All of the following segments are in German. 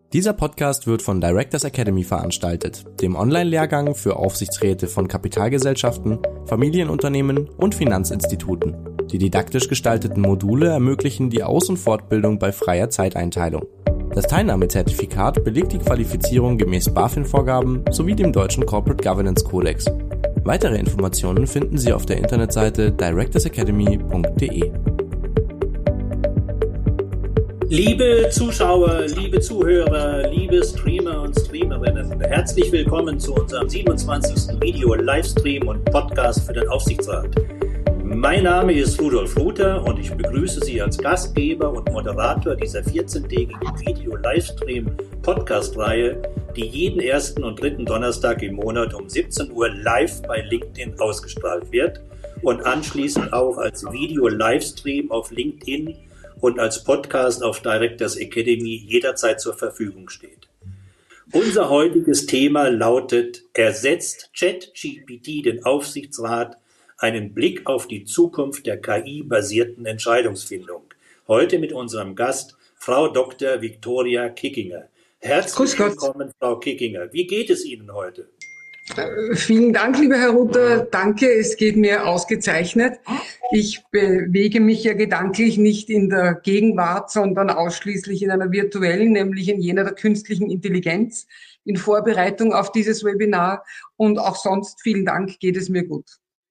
Dieser Podcast wird von Directors Academy veranstaltet, dem Online-Lehrgang für Aufsichtsräte von Kapitalgesellschaften, Familienunternehmen und Finanzinstituten. Die didaktisch gestalteten Module ermöglichen die Aus- und Fortbildung bei freier Zeiteinteilung. Das Teilnahmezertifikat belegt die Qualifizierung gemäß BaFin-Vorgaben sowie dem deutschen Corporate Governance Kodex. Weitere Informationen finden Sie auf der Internetseite directorsacademy.de. Liebe Zuschauer, liebe Zuhörer, liebe Streamer und Streamerinnen, herzlich willkommen zu unserem 27. Video-Livestream und Podcast für den Aufsichtsrat. Mein Name ist Rudolf Ruther und ich begrüße Sie als Gastgeber und Moderator dieser 14-tägigen Video-Livestream-Podcast-Reihe, die jeden ersten und dritten Donnerstag im Monat um 17 Uhr live bei LinkedIn ausgestrahlt wird und anschließend auch als Video-Livestream auf LinkedIn und als Podcast auf Directors Academy jederzeit zur Verfügung steht. Unser heutiges Thema lautet: Ersetzt ChatGPT den Aufsichtsrat? Einen Blick auf die Zukunft der KI-basierten Entscheidungsfindung. Heute mit unserem Gast, Frau Dr. Viktoria Kickinger. Herzlich willkommen, Frau Kickinger. Wie geht es Ihnen heute? Vielen Dank, lieber Herr Ruther. Danke, es geht mir ausgezeichnet. Ich bewege mich ja gedanklich nicht in der Gegenwart, sondern ausschließlich in einer virtuellen, nämlich in jener der künstlichen Intelligenz, in Vorbereitung auf dieses Webinar. Und auch sonst, vielen Dank, geht es mir gut.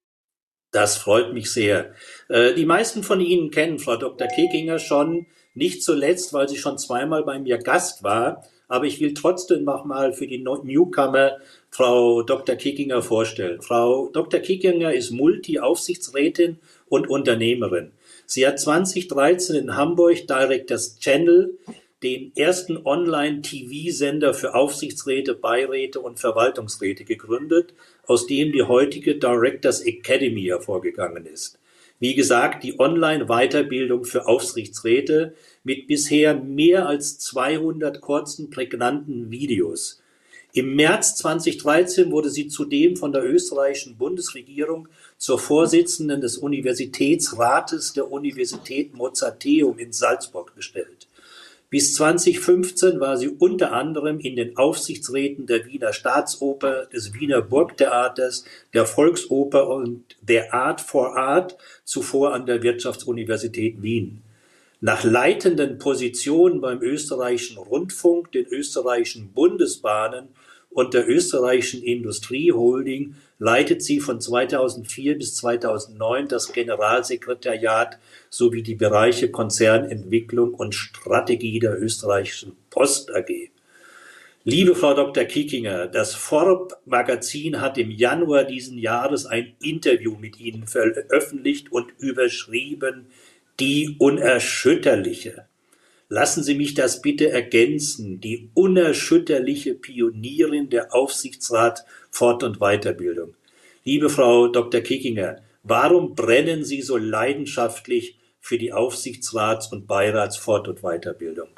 Das freut mich sehr. Die meisten von Ihnen kennen Frau Dr. Kickinger schon, nicht zuletzt, weil sie schon zweimal bei mir Gast war. Aber ich will trotzdem nochmal für die Newcomer Frau Dr. Kickinger vorstellen. Frau Dr. Kickinger ist Multi-Aufsichtsrätin und Unternehmerin. Sie hat 2013 in Hamburg Directors Channel, den ersten Online-TV-Sender für Aufsichtsräte, Beiräte und Verwaltungsräte gegründet, aus dem die heutige Directors Academy hervorgegangen ist. Wie gesagt, die Online-Weiterbildung für Aufsichtsräte mit bisher mehr als 200 kurzen, prägnanten Videos. Im März 2013 wurde sie zudem von der österreichischen Bundesregierung zur Vorsitzenden des Universitätsrates der Universität Mozarteum in Salzburg bestellt. Bis 2015 war sie unter anderem in den Aufsichtsräten der Wiener Staatsoper, des Wiener Burgtheaters, der Volksoper und der Art for Art, zuvor an der Wirtschaftsuniversität Wien. Nach leitenden Positionen beim österreichischen Rundfunk, den österreichischen Bundesbahnen und der österreichischen Industrieholding leitet sie von 2004 bis 2009 das Generalsekretariat sowie die Bereiche Konzernentwicklung und Strategie der österreichischen Post AG. Liebe Frau Dr. Kickinger, das Forbes-Magazin hat im Januar diesen Jahres ein Interview mit Ihnen veröffentlicht und überschrieben: Die Unerschütterliche. Lassen Sie mich das bitte ergänzen: Die unerschütterliche Pionierin der Aufsichtsrat Fort- und Weiterbildung. Liebe Frau Dr. Kickinger, warum brennen Sie so leidenschaftlich für die Aufsichtsrats- und Beiratsfort- und Weiterbildung?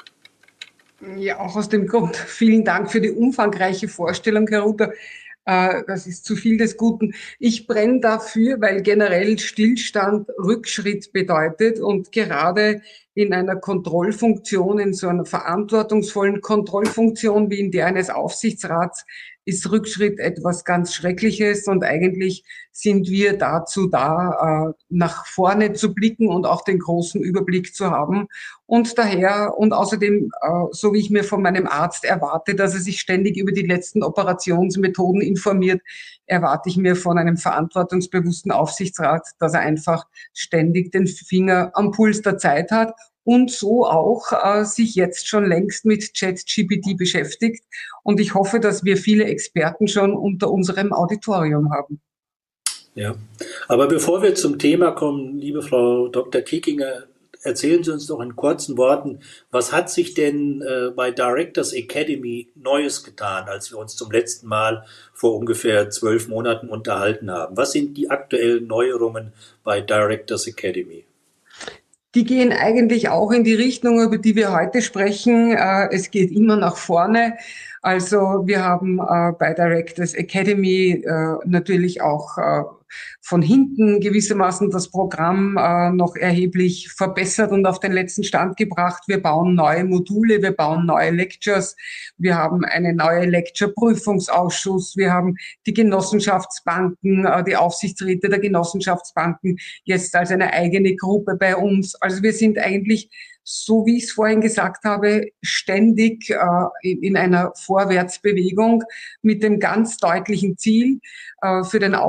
Ja, auch aus dem Grund. Vielen Dank für die umfangreiche Vorstellung, Herr Ruther. Das ist zu viel des Guten. Ich brenne dafür, weil generell Stillstand Rückschritt bedeutet und gerade in einer Kontrollfunktion, in so einer verantwortungsvollen Kontrollfunktion wie in der eines Aufsichtsrats, ist Rückschritt etwas ganz Schreckliches und eigentlich sind wir dazu da, nach vorne zu blicken und auch den großen Überblick zu haben. Und daher und außerdem, so wie ich mir von meinem Arzt erwarte, dass er sich ständig über die letzten Operationsmethoden informiert, erwarte ich mir von einem verantwortungsbewussten Aufsichtsrat, dass er einfach ständig den Finger am Puls der Zeit hat und so auch sich jetzt schon längst mit ChatGPT beschäftigt. Und ich hoffe, dass wir viele Experten schon unter unserem Auditorium haben. Ja, aber bevor wir zum Thema kommen, liebe Frau Dr. Kickinger, erzählen Sie uns doch in kurzen Worten, was hat sich denn bei Directors Academy Neues getan, als wir uns zum letzten Mal vor ungefähr 12 Monaten unterhalten haben? Was sind die aktuellen Neuerungen bei Directors Academy? Die gehen eigentlich auch in die Richtung, über die wir heute sprechen. Es geht immer nach vorne. Also wir haben bei Directors Academy natürlich auch von hinten gewissermaßen das Programm noch erheblich verbessert und auf den letzten Stand gebracht. Wir bauen neue Module, wir bauen neue Lectures, wir haben einen neuen Lecture-Prüfungsausschuss, wir haben die Genossenschaftsbanken, die Aufsichtsräte der Genossenschaftsbanken jetzt als eine eigene Gruppe bei uns. Also wir sind eigentlich, so wie ich es vorhin gesagt habe, ständig in einer Vorwärtsbewegung mit dem ganz deutlichen Ziel, für den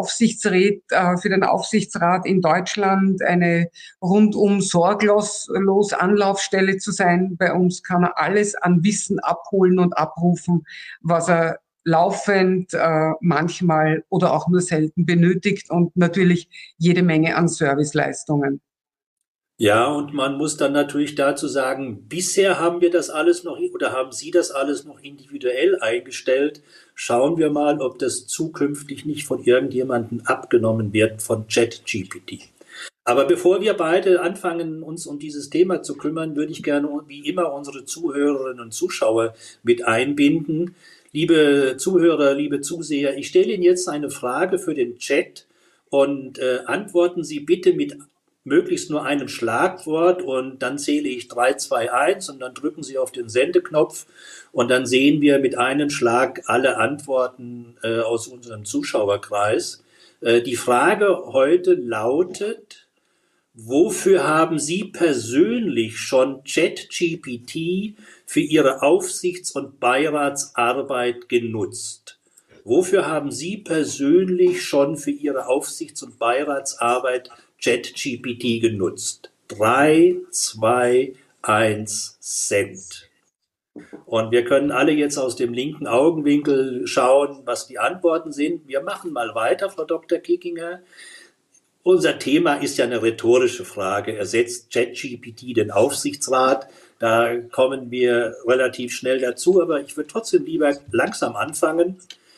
Aufsichtsrat in Deutschland eine rundum sorglos Anlaufstelle zu sein. Bei uns kann er alles an Wissen abholen und abrufen, was er laufend, manchmal oder auch nur selten benötigt, und natürlich jede Menge an Serviceleistungen. Ja, und man muss dann natürlich dazu sagen, bisher haben wir das alles noch oder haben Sie das alles noch individuell eingestellt. Schauen wir mal, ob das zukünftig nicht von irgendjemandem abgenommen wird von ChatGPT. Aber bevor wir beide anfangen, uns um dieses Thema zu kümmern, würde ich gerne wie immer unsere Zuhörerinnen und Zuschauer mit einbinden. Liebe Zuhörer, liebe Zuseher, ich stelle Ihnen jetzt eine Frage für den Chat und antworten Sie bitte mit möglichst nur einem Schlagwort, und dann zähle ich 3, 2, 1 und dann drücken Sie auf den Sendeknopf und dann sehen wir mit einem Schlag alle Antworten aus unserem Zuschauerkreis. Die Frage heute lautet: Wofür haben Sie persönlich schon ChatGPT für Ihre Aufsichts- und Beiratsarbeit genutzt? Wofür haben Sie persönlich schon für Ihre Aufsichts- und Beiratsarbeit ChatGPT genutzt? 3, 2, 1, Send. Und wir können alle jetzt aus dem linken Augenwinkel schauen, was die Antworten sind. Wir machen mal weiter, Frau Dr. Kickinger. Unser Thema ist ja eine rhetorische Frage. Ersetzt ChatGPT den Aufsichtsrat? Da kommen wir relativ schnell dazu, aber ich würde trotzdem lieber langsam anfangen.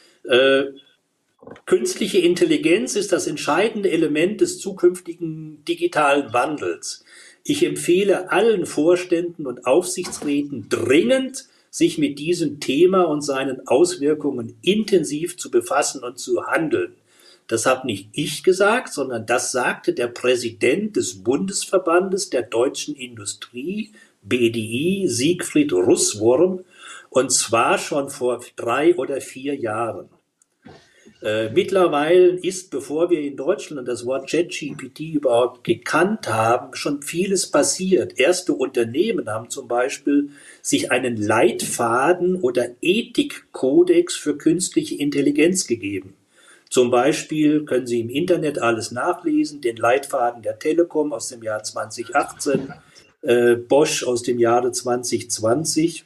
Künstliche Intelligenz ist das entscheidende Element des zukünftigen digitalen Wandels. Ich empfehle allen Vorständen und Aufsichtsräten dringend, sich mit diesem Thema und seinen Auswirkungen intensiv zu befassen und zu handeln. Das habe nicht ich gesagt, sondern das sagte der Präsident des Bundesverbandes der deutschen Industrie, BDI, Siegfried Russwurm, und zwar schon vor 3 oder 4 Jahren. Mittlerweile ist, bevor wir in Deutschland das Wort ChatGPT überhaupt gekannt haben, schon vieles passiert. Erste Unternehmen haben zum Beispiel sich einen Leitfaden oder Ethikkodex für künstliche Intelligenz gegeben. Zum Beispiel können Sie im Internet alles nachlesen, den Leitfaden der Telekom aus dem Jahr 2018, Bosch aus dem Jahre 2020.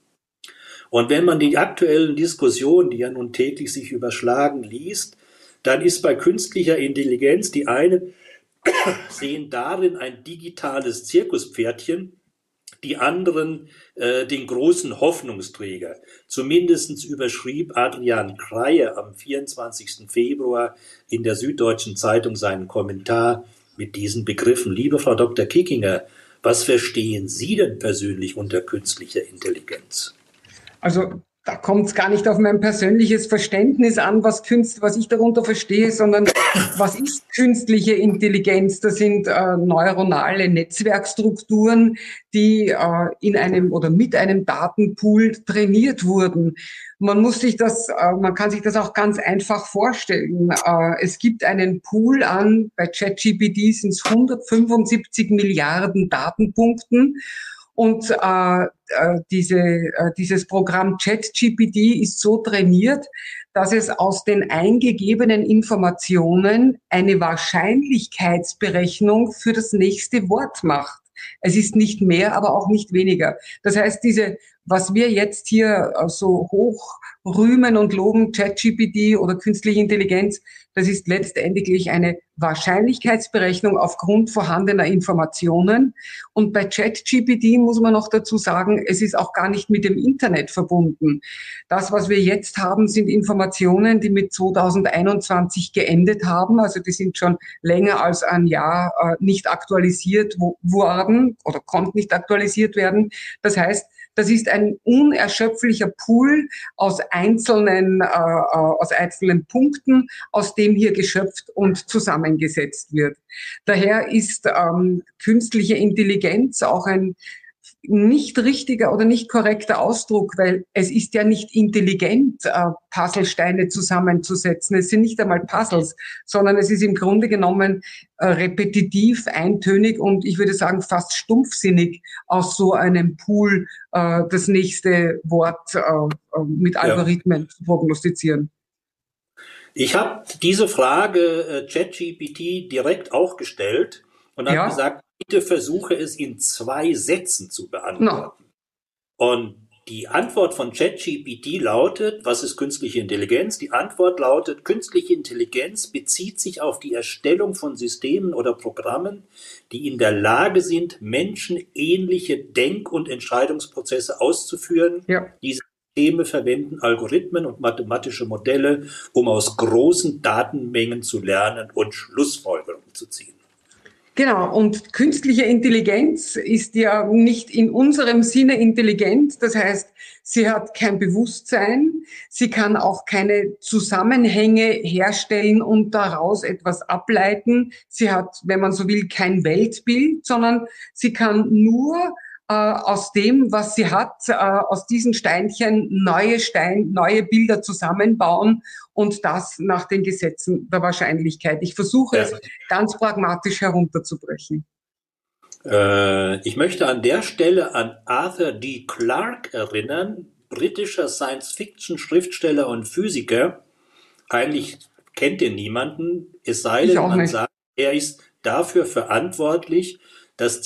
Und wenn man die aktuellen Diskussionen, die ja nun täglich sich überschlagen, liest, dann ist bei künstlicher Intelligenz, die einen sehen darin ein digitales Zirkuspferdchen, die anderen den großen Hoffnungsträger. Zumindest überschrieb Adrian Kreie am 24. Februar in der Süddeutschen Zeitung seinen Kommentar mit diesen Begriffen. Liebe Frau Dr. Kickinger, was verstehen Sie denn persönlich unter künstlicher Intelligenz? Also da kommt es gar nicht auf mein persönliches Verständnis an, was ich darunter verstehe, sondern was ist künstliche Intelligenz? Das sind neuronale Netzwerkstrukturen, die in einem oder mit einem Datenpool trainiert wurden. Man kann sich das auch ganz einfach vorstellen. Es gibt einen Pool an, bei ChatGPT sind es 175 Milliarden Datenpunkten. Und dieses Programm ChatGPT ist so trainiert, dass es aus den eingegebenen Informationen eine Wahrscheinlichkeitsberechnung für das nächste Wort macht. Es ist nicht mehr, aber auch nicht weniger. Das heißt, was wir jetzt hier so hoch rühmen und loben, ChatGPT oder künstliche Intelligenz, das ist letztendlich eine Wahrscheinlichkeitsberechnung aufgrund vorhandener Informationen. Und bei ChatGPT muss man noch dazu sagen, es ist auch gar nicht mit dem Internet verbunden. Das, was wir jetzt haben, sind Informationen, die mit 2021 geendet haben. Also die sind schon länger als ein Jahr nicht aktualisiert worden oder konnten nicht aktualisiert werden. Das heißt, Das ist ein unerschöpflicher Pool aus einzelnen Punkten, aus dem hier geschöpft und zusammengesetzt wird. Daher ist künstliche Intelligenz auch ein nicht richtiger oder nicht korrekter Ausdruck, weil es ist ja nicht intelligent, Puzzlesteine zusammenzusetzen. Es sind nicht einmal Puzzles, sondern es ist im Grunde genommen repetitiv, eintönig und ich würde sagen fast stumpfsinnig aus so einem Pool das nächste Wort mit Algorithmen zu prognostizieren. Ich habe diese Frage ChatGPT direkt auch gestellt und habe gesagt, bitte versuche es in 2 Sätzen zu beantworten. Und die Antwort von ChatGPT lautet, was ist künstliche Intelligenz? Die Antwort lautet, künstliche Intelligenz bezieht sich auf die Erstellung von Systemen oder Programmen, die in der Lage sind, menschenähnliche Denk- und Entscheidungsprozesse auszuführen. Ja. Diese Systeme verwenden Algorithmen und mathematische Modelle, um aus großen Datenmengen zu lernen und Schlussfolgerungen zu ziehen. Genau, und künstliche Intelligenz ist ja nicht in unserem Sinne intelligent. Das heißt, sie hat kein Bewusstsein, sie kann auch keine Zusammenhänge herstellen und daraus etwas ableiten. Sie hat, wenn man so will, kein Weltbild, sondern sie kann nur aus dem, was sie hat, aus diesen Steinchen neue Bilder zusammenbauen und das nach den Gesetzen der Wahrscheinlichkeit. Ich versuche es ganz pragmatisch herunterzubrechen. Ich möchte an der Stelle an Arthur D. Clarke erinnern, britischer Science-Fiction-Schriftsteller und Physiker. Eigentlich kennt ihr niemanden, es sei denn, man sagt, er ist dafür verantwortlich, dass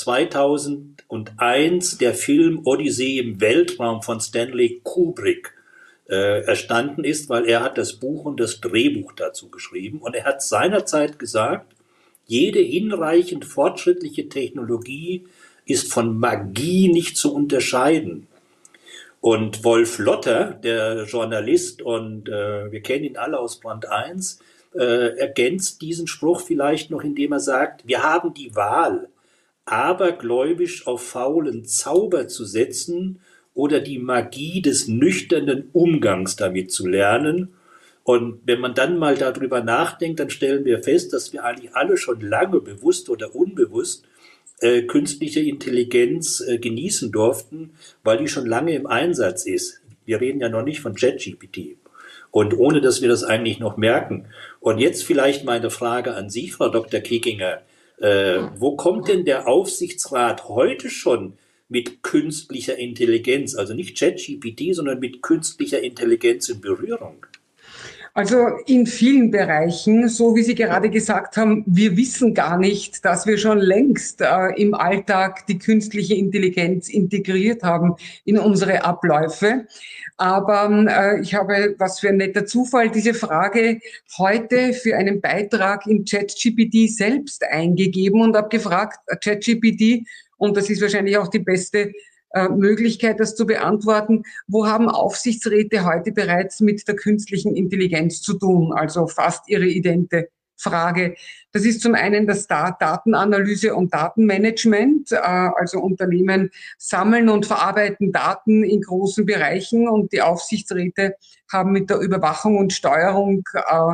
2001 der Film Odyssee im Weltraum von Stanley Kubrick erstanden ist, weil er hat das Buch und das Drehbuch dazu geschrieben. Und er hat seinerzeit gesagt, jede hinreichend fortschrittliche Technologie ist von Magie nicht zu unterscheiden. Und Wolf Lotter, der Journalist, und wir kennen ihn alle aus Brand 1, ergänzt diesen Spruch vielleicht noch, indem er sagt, wir haben die Wahl, abergläubisch auf faulen Zauber zu setzen oder die Magie des nüchternen Umgangs damit zu lernen. Und wenn man dann mal darüber nachdenkt, dann stellen wir fest, dass wir eigentlich alle schon lange bewusst oder unbewusst künstliche Intelligenz genießen durften, weil die schon lange im Einsatz ist. Wir reden ja noch nicht von ChatGPT. Und ohne, dass wir das eigentlich noch merken. Und jetzt vielleicht meine Frage an Sie, Frau Dr. Kekinger. Wo kommt denn der Aufsichtsrat heute schon mit künstlicher Intelligenz, also nicht ChatGPT, sondern mit künstlicher Intelligenz in Berührung? Also in vielen Bereichen, so wie Sie gerade gesagt haben, wir wissen gar nicht, dass wir schon längst im Alltag die künstliche Intelligenz integriert haben in unsere Abläufe. Aber ich habe, was für ein netter Zufall, diese Frage heute für einen Beitrag in ChatGPT selbst eingegeben und habe gefragt, ChatGPT, und das ist wahrscheinlich auch die beste Möglichkeit, das zu beantworten. Wo haben Aufsichtsräte heute bereits mit der künstlichen Intelligenz zu tun? Also fast ihre idente Frage. Das ist zum einen das Datenanalyse und Datenmanagement. Also Unternehmen sammeln und verarbeiten Daten in großen Bereichen und die Aufsichtsräte haben mit der Überwachung und Steuerung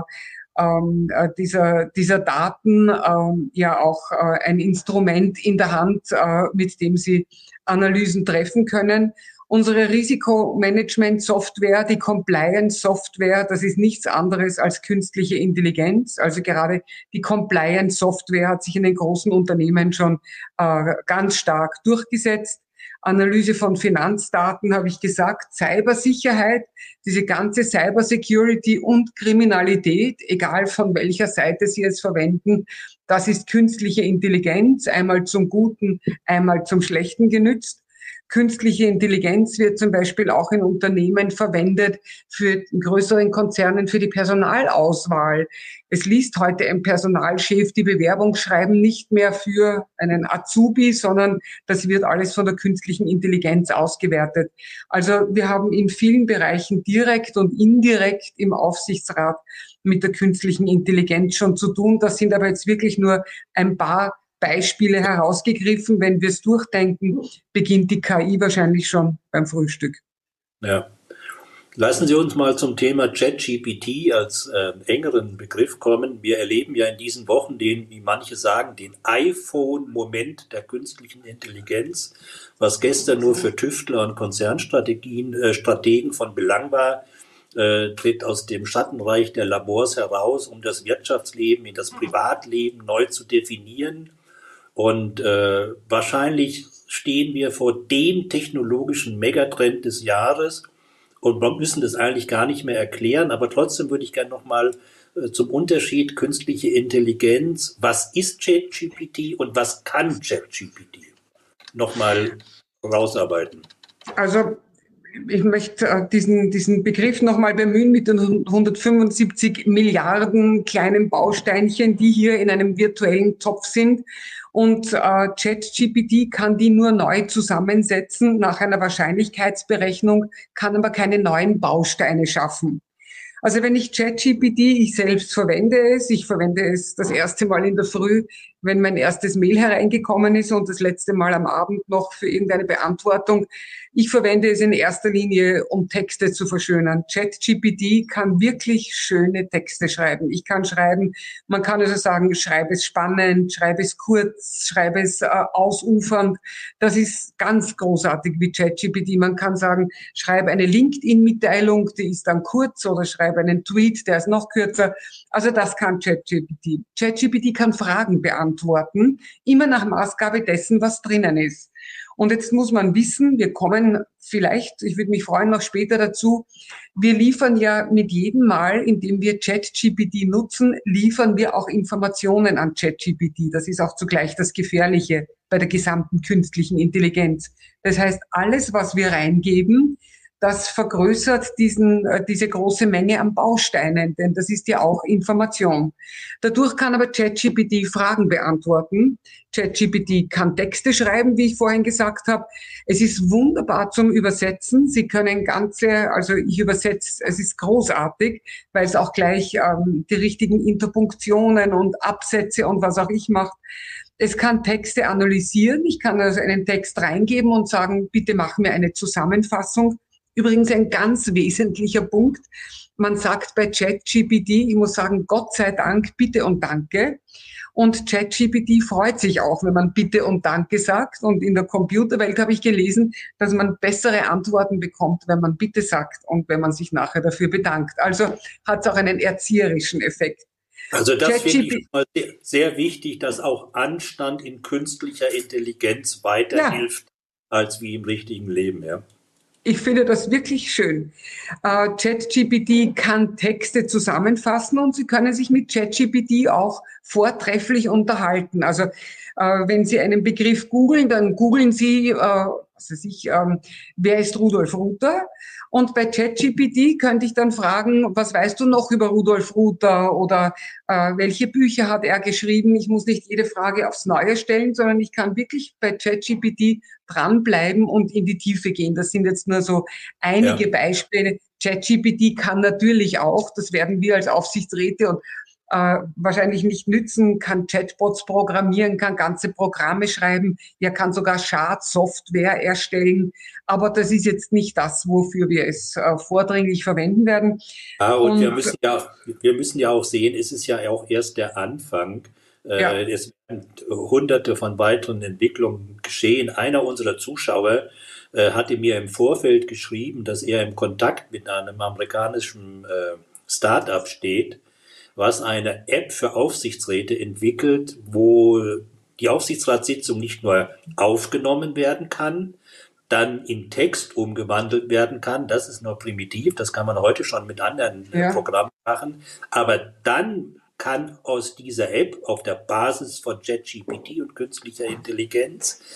dieser Daten ja auch ein Instrument in der Hand, mit dem sie Analysen treffen können. Unsere Risikomanagement-Software, die Compliance-Software, das ist nichts anderes als künstliche Intelligenz. Also gerade die Compliance-Software hat sich in den großen Unternehmen schon ganz stark durchgesetzt. Analyse von Finanzdaten, habe ich gesagt, Cybersicherheit, diese ganze Cybersecurity und Kriminalität, egal von welcher Seite Sie es verwenden, das ist künstliche Intelligenz, einmal zum Guten, einmal zum Schlechten genützt. Künstliche Intelligenz wird zum Beispiel auch in Unternehmen verwendet für größeren Konzernen für die Personalauswahl. Es liest heute ein Personalchef die Bewerbung schreiben nicht mehr für einen Azubi, sondern das wird alles von der künstlichen Intelligenz ausgewertet. Also wir haben in vielen Bereichen direkt und indirekt im Aufsichtsrat mit der künstlichen Intelligenz schon zu tun. Das sind aber jetzt wirklich nur ein paar Beispiele herausgegriffen. Wenn wir es durchdenken, beginnt die KI wahrscheinlich schon beim Frühstück. Ja. Lassen Sie uns mal zum Thema ChatGPT als engeren Begriff kommen. Wir erleben ja in diesen Wochen den, wie manche sagen, den iPhone-Moment der künstlichen Intelligenz, was gestern nur für Tüftler und Strategen von Belang war, tritt aus dem Schattenreich der Labors heraus, um das Wirtschaftsleben in das Privatleben neu zu definieren. Und wahrscheinlich stehen wir vor dem technologischen Megatrend des Jahres. Und wir müssen das eigentlich gar nicht mehr erklären, aber trotzdem würde ich gerne nochmal zum Unterschied künstliche Intelligenz, was ist ChatGPT und was kann ChatGPT, nochmal rausarbeiten. Also ich möchte diesen Begriff nochmal bemühen mit den 175 Milliarden kleinen Bausteinchen, die hier in einem virtuellen Topf sind. Und ChatGPT kann die nur neu zusammensetzen nach einer Wahrscheinlichkeitsberechnung, kann aber keine neuen Bausteine schaffen. Also wenn ich ChatGPT, ich selbst verwende es, ich verwende es das erste Mal in der Früh, wenn mein erstes Mail hereingekommen ist und das letzte Mal am Abend noch für irgendeine Beantwortung. Ich verwende es in erster Linie, um Texte zu verschönern. ChatGPT kann wirklich schöne Texte schreiben. Ich kann schreiben, man kann also sagen, schreibe es spannend, schreibe es kurz, schreibe es ausufernd. Das ist ganz großartig wie ChatGPT. Man kann sagen, schreibe eine LinkedIn-Mitteilung, die ist dann kurz, oder schreibe einen Tweet, der ist noch kürzer. Also das kann ChatGPT. ChatGPT kann Fragen beantworten, immer nach Maßgabe dessen, was drinnen ist. Und jetzt muss man wissen, wir kommen vielleicht, ich würde mich freuen, noch später dazu, wir liefern ja mit jedem Mal, indem wir ChatGPT nutzen, liefern wir auch Informationen an ChatGPT. Das ist auch zugleich das Gefährliche bei der gesamten künstlichen Intelligenz. Das heißt, alles, was wir reingeben, das vergrößert diese große Menge an Bausteinen, denn das ist ja auch Information. Dadurch kann aber ChatGPT Fragen beantworten. ChatGPT kann Texte schreiben, wie ich vorhin gesagt habe. Es ist wunderbar zum Übersetzen. Sie können also ich übersetze, es ist großartig, weil es auch gleich die richtigen Interpunktionen und Absätze und was auch ich macht. Es kann Texte analysieren. Ich kann also einen Text reingeben und sagen, bitte mach mir eine Zusammenfassung. Übrigens ein ganz wesentlicher Punkt. Man sagt bei ChatGPT, ich muss sagen, Gott sei Dank, bitte und danke. Und ChatGPT freut sich auch, wenn man bitte und danke sagt. Und in der Computerwelt habe ich gelesen, dass man bessere Antworten bekommt, wenn man bitte sagt und wenn man sich nachher dafür bedankt. Also hat es auch einen erzieherischen Effekt. Also das finde ich sehr wichtig, dass auch Anstand in künstlicher Intelligenz weiterhilft, als wie im richtigen Leben, ja. Ich finde das wirklich schön. ChatGPT kann Texte zusammenfassen und Sie können sich mit ChatGPT auch vortrefflich unterhalten. Also wenn Sie einen Begriff googeln, dann googeln Sie, wer ist Rudolf Ruther? Und bei ChatGPT könnte ich dann fragen, was weißt du noch über Rudolf Ruther oder welche Bücher hat er geschrieben? Ich muss nicht jede Frage aufs Neue stellen, sondern ich kann wirklich bei ChatGPT dranbleiben und in die Tiefe gehen. Das sind jetzt nur so einige Beispiele. ChatGPT kann natürlich auch, das werden wir als Aufsichtsräte und wahrscheinlich nicht nützen, kann Chatbots programmieren, kann ganze Programme schreiben, er kann sogar Schadsoftware erstellen, aber das ist jetzt nicht das, wofür wir es vordringlich verwenden werden. Und wir müssen ja auch sehen, es ist ja auch erst der Anfang. Es werden hunderte von weiteren Entwicklungen geschehen. Einer unserer Zuschauer hatte mir im Vorfeld geschrieben, dass er im Kontakt mit einem amerikanischen Start-up steht, was eine App für Aufsichtsräte entwickelt, wo die Aufsichtsratssitzung nicht nur aufgenommen werden kann, dann in Text umgewandelt werden kann. Das ist nur primitiv, das kann man heute schon mit anderen Programmen machen. Aber dann kann aus dieser App auf der Basis von ChatGPT und künstlicher Intelligenz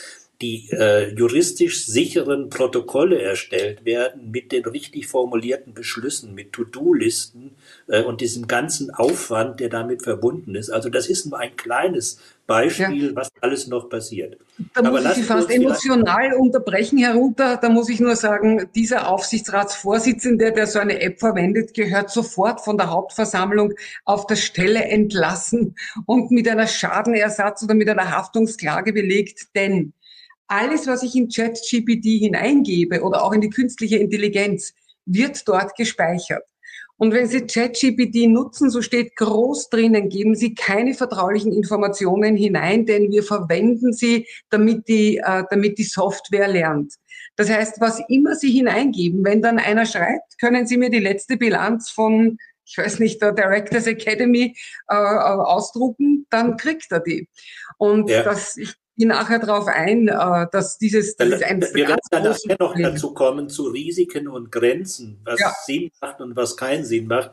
die juristisch sicheren Protokolle erstellt werden mit den richtig formulierten Beschlüssen, mit To-Do-Listen und diesem ganzen Aufwand, der damit verbunden ist. Also das ist nur ein kleines Beispiel, was alles noch passiert. Da muss ich Sie fast emotional unterbrechen, Herr Ruther. Da muss ich nur sagen, dieser Aufsichtsratsvorsitzende, der so eine App verwendet, gehört sofort von der Hauptversammlung auf der Stelle entlassen und mit einer Schadenersatz oder mit einer Haftungsklage belegt. Denn alles, was ich in ChatGPT hineingebe oder auch in die künstliche Intelligenz, wird dort gespeichert. Und wenn Sie ChatGPT nutzen, so steht groß drinnen, geben Sie keine vertraulichen Informationen hinein, denn wir verwenden sie, damit die Software lernt. Das heißt, was immer Sie hineingeben, wenn dann einer schreibt, können Sie mir die letzte Bilanz von, ich weiß nicht, der Directors Academy ausdrucken, dann kriegt er die. Und ich gehe nachher darauf ein, dass dieses wir werden dann nachher noch dazu kommen, zu Risiken und Grenzen, was Sinn macht und was keinen Sinn macht.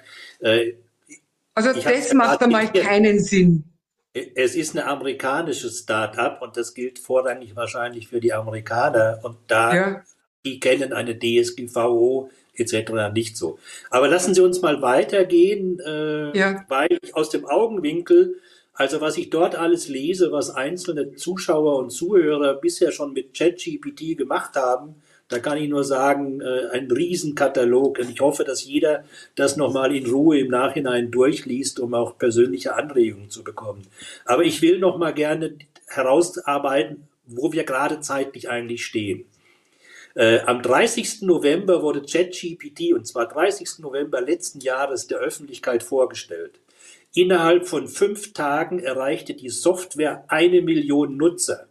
Also das macht einmal keinen Sinn. Es ist ein amerikanisches Start-up und das gilt vorrangig wahrscheinlich für die Amerikaner und die kennen eine DSGVO etc. nicht so. Aber lassen Sie uns mal weitergehen, weil ich aus dem Augenwinkel, also was ich dort alles lese, was einzelne Zuschauer und Zuhörer bisher schon mit ChatGPT gemacht haben, da kann ich nur sagen, ein Riesenkatalog. Und ich hoffe, dass jeder das nochmal in Ruhe im Nachhinein durchliest, um auch persönliche Anregungen zu bekommen. Aber ich will nochmal gerne herausarbeiten, wo wir gerade zeitlich eigentlich stehen. Am 30. November wurde ChatGPT, und zwar 30. November letzten Jahres, der Öffentlichkeit vorgestellt. Innerhalb von 5 Tagen erreichte die Software 1 Million Nutzer.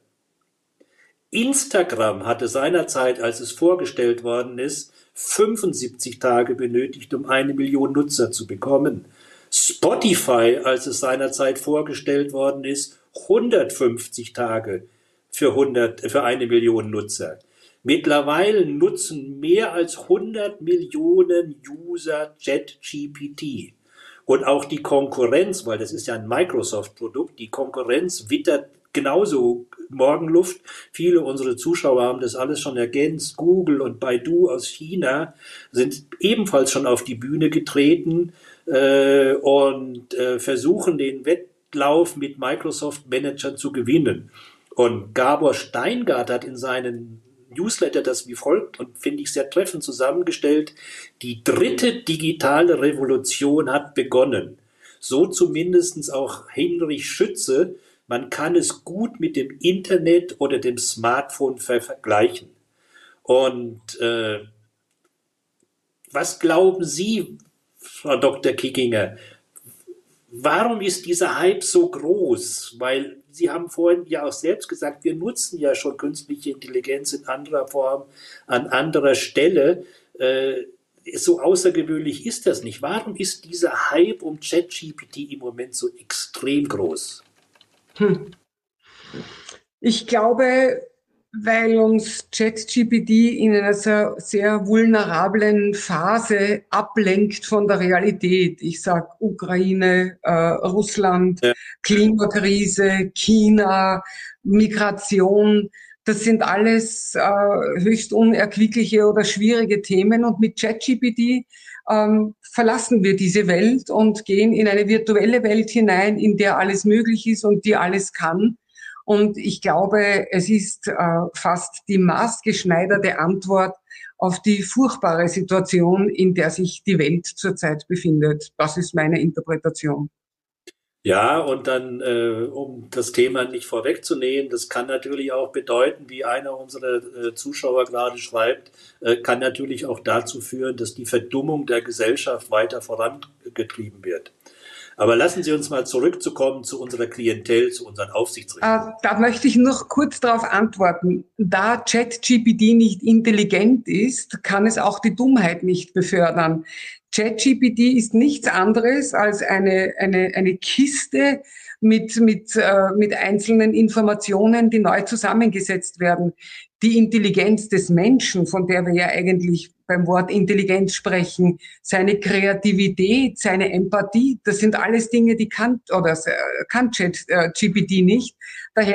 Instagram hatte seinerzeit, als es vorgestellt worden ist, 75 Tage benötigt, um 1 Million Nutzer zu bekommen. Spotify, als es seinerzeit vorgestellt worden ist, 150 Tage für 1 Million Nutzer. Mittlerweile nutzen mehr als 100 Millionen User ChatGPT. Und auch die Konkurrenz, weil das ist ja ein Microsoft-Produkt, die Konkurrenz wittert genauso Morgenluft. Viele unserer Zuschauer haben das alles schon ergänzt. Google und Baidu aus China sind ebenfalls schon auf die Bühne getreten und versuchen, den Wettlauf mit Microsoft-Managern zu gewinnen. Und Gabor Steingart hat in seinen Newsletter das wie folgt und finde ich sehr treffend zusammengestellt: Die 3. digitale Revolution hat begonnen. So zumindest auch Heinrich Schütze. Man kann es gut mit dem Internet oder dem Smartphone vergleichen. Und was glauben Sie, Frau Dr. Kickinger, warum ist dieser Hype so groß? Weil Sie haben vorhin ja auch selbst gesagt, wir nutzen ja schon künstliche Intelligenz in anderer Form, an anderer Stelle. So außergewöhnlich ist das nicht. Warum ist dieser Hype um ChatGPT im Moment so extrem groß? Ich glaube, weil uns ChatGPT in einer sehr, sehr vulnerablen Phase ablenkt von der Realität. Ich sage Ukraine, Russland, Klimakrise, China, Migration. Das sind alles höchst unerquickliche oder schwierige Themen. Und mit ChatGPT verlassen wir diese Welt und gehen in eine virtuelle Welt hinein, in der alles möglich ist und die alles kann. Und ich glaube, es ist fast die maßgeschneiderte Antwort auf die furchtbare Situation, in der sich die Welt zurzeit befindet. Das ist meine Interpretation. Ja, und dann, um das Thema nicht vorwegzunehmen, das kann natürlich auch bedeuten, wie einer unserer Zuschauer gerade schreibt, kann natürlich auch dazu führen, dass die Verdummung der Gesellschaft weiter vorangetrieben wird. Aber lassen Sie uns mal zurückzukommen zu unserer Klientel, zu unseren Aufsichtsräten. Da möchte ich noch kurz darauf antworten. Da ChatGPT nicht intelligent ist, kann es auch die Dummheit nicht befördern. ChatGPT ist nichts anderes als eine Kiste mit einzelnen Informationen, die neu zusammengesetzt werden. Die Intelligenz des Menschen, von der wir ja eigentlich beim Wort Intelligenz sprechen, seine Kreativität, seine Empathie, das sind alles Dinge, die kann ChatGPT nicht. Daher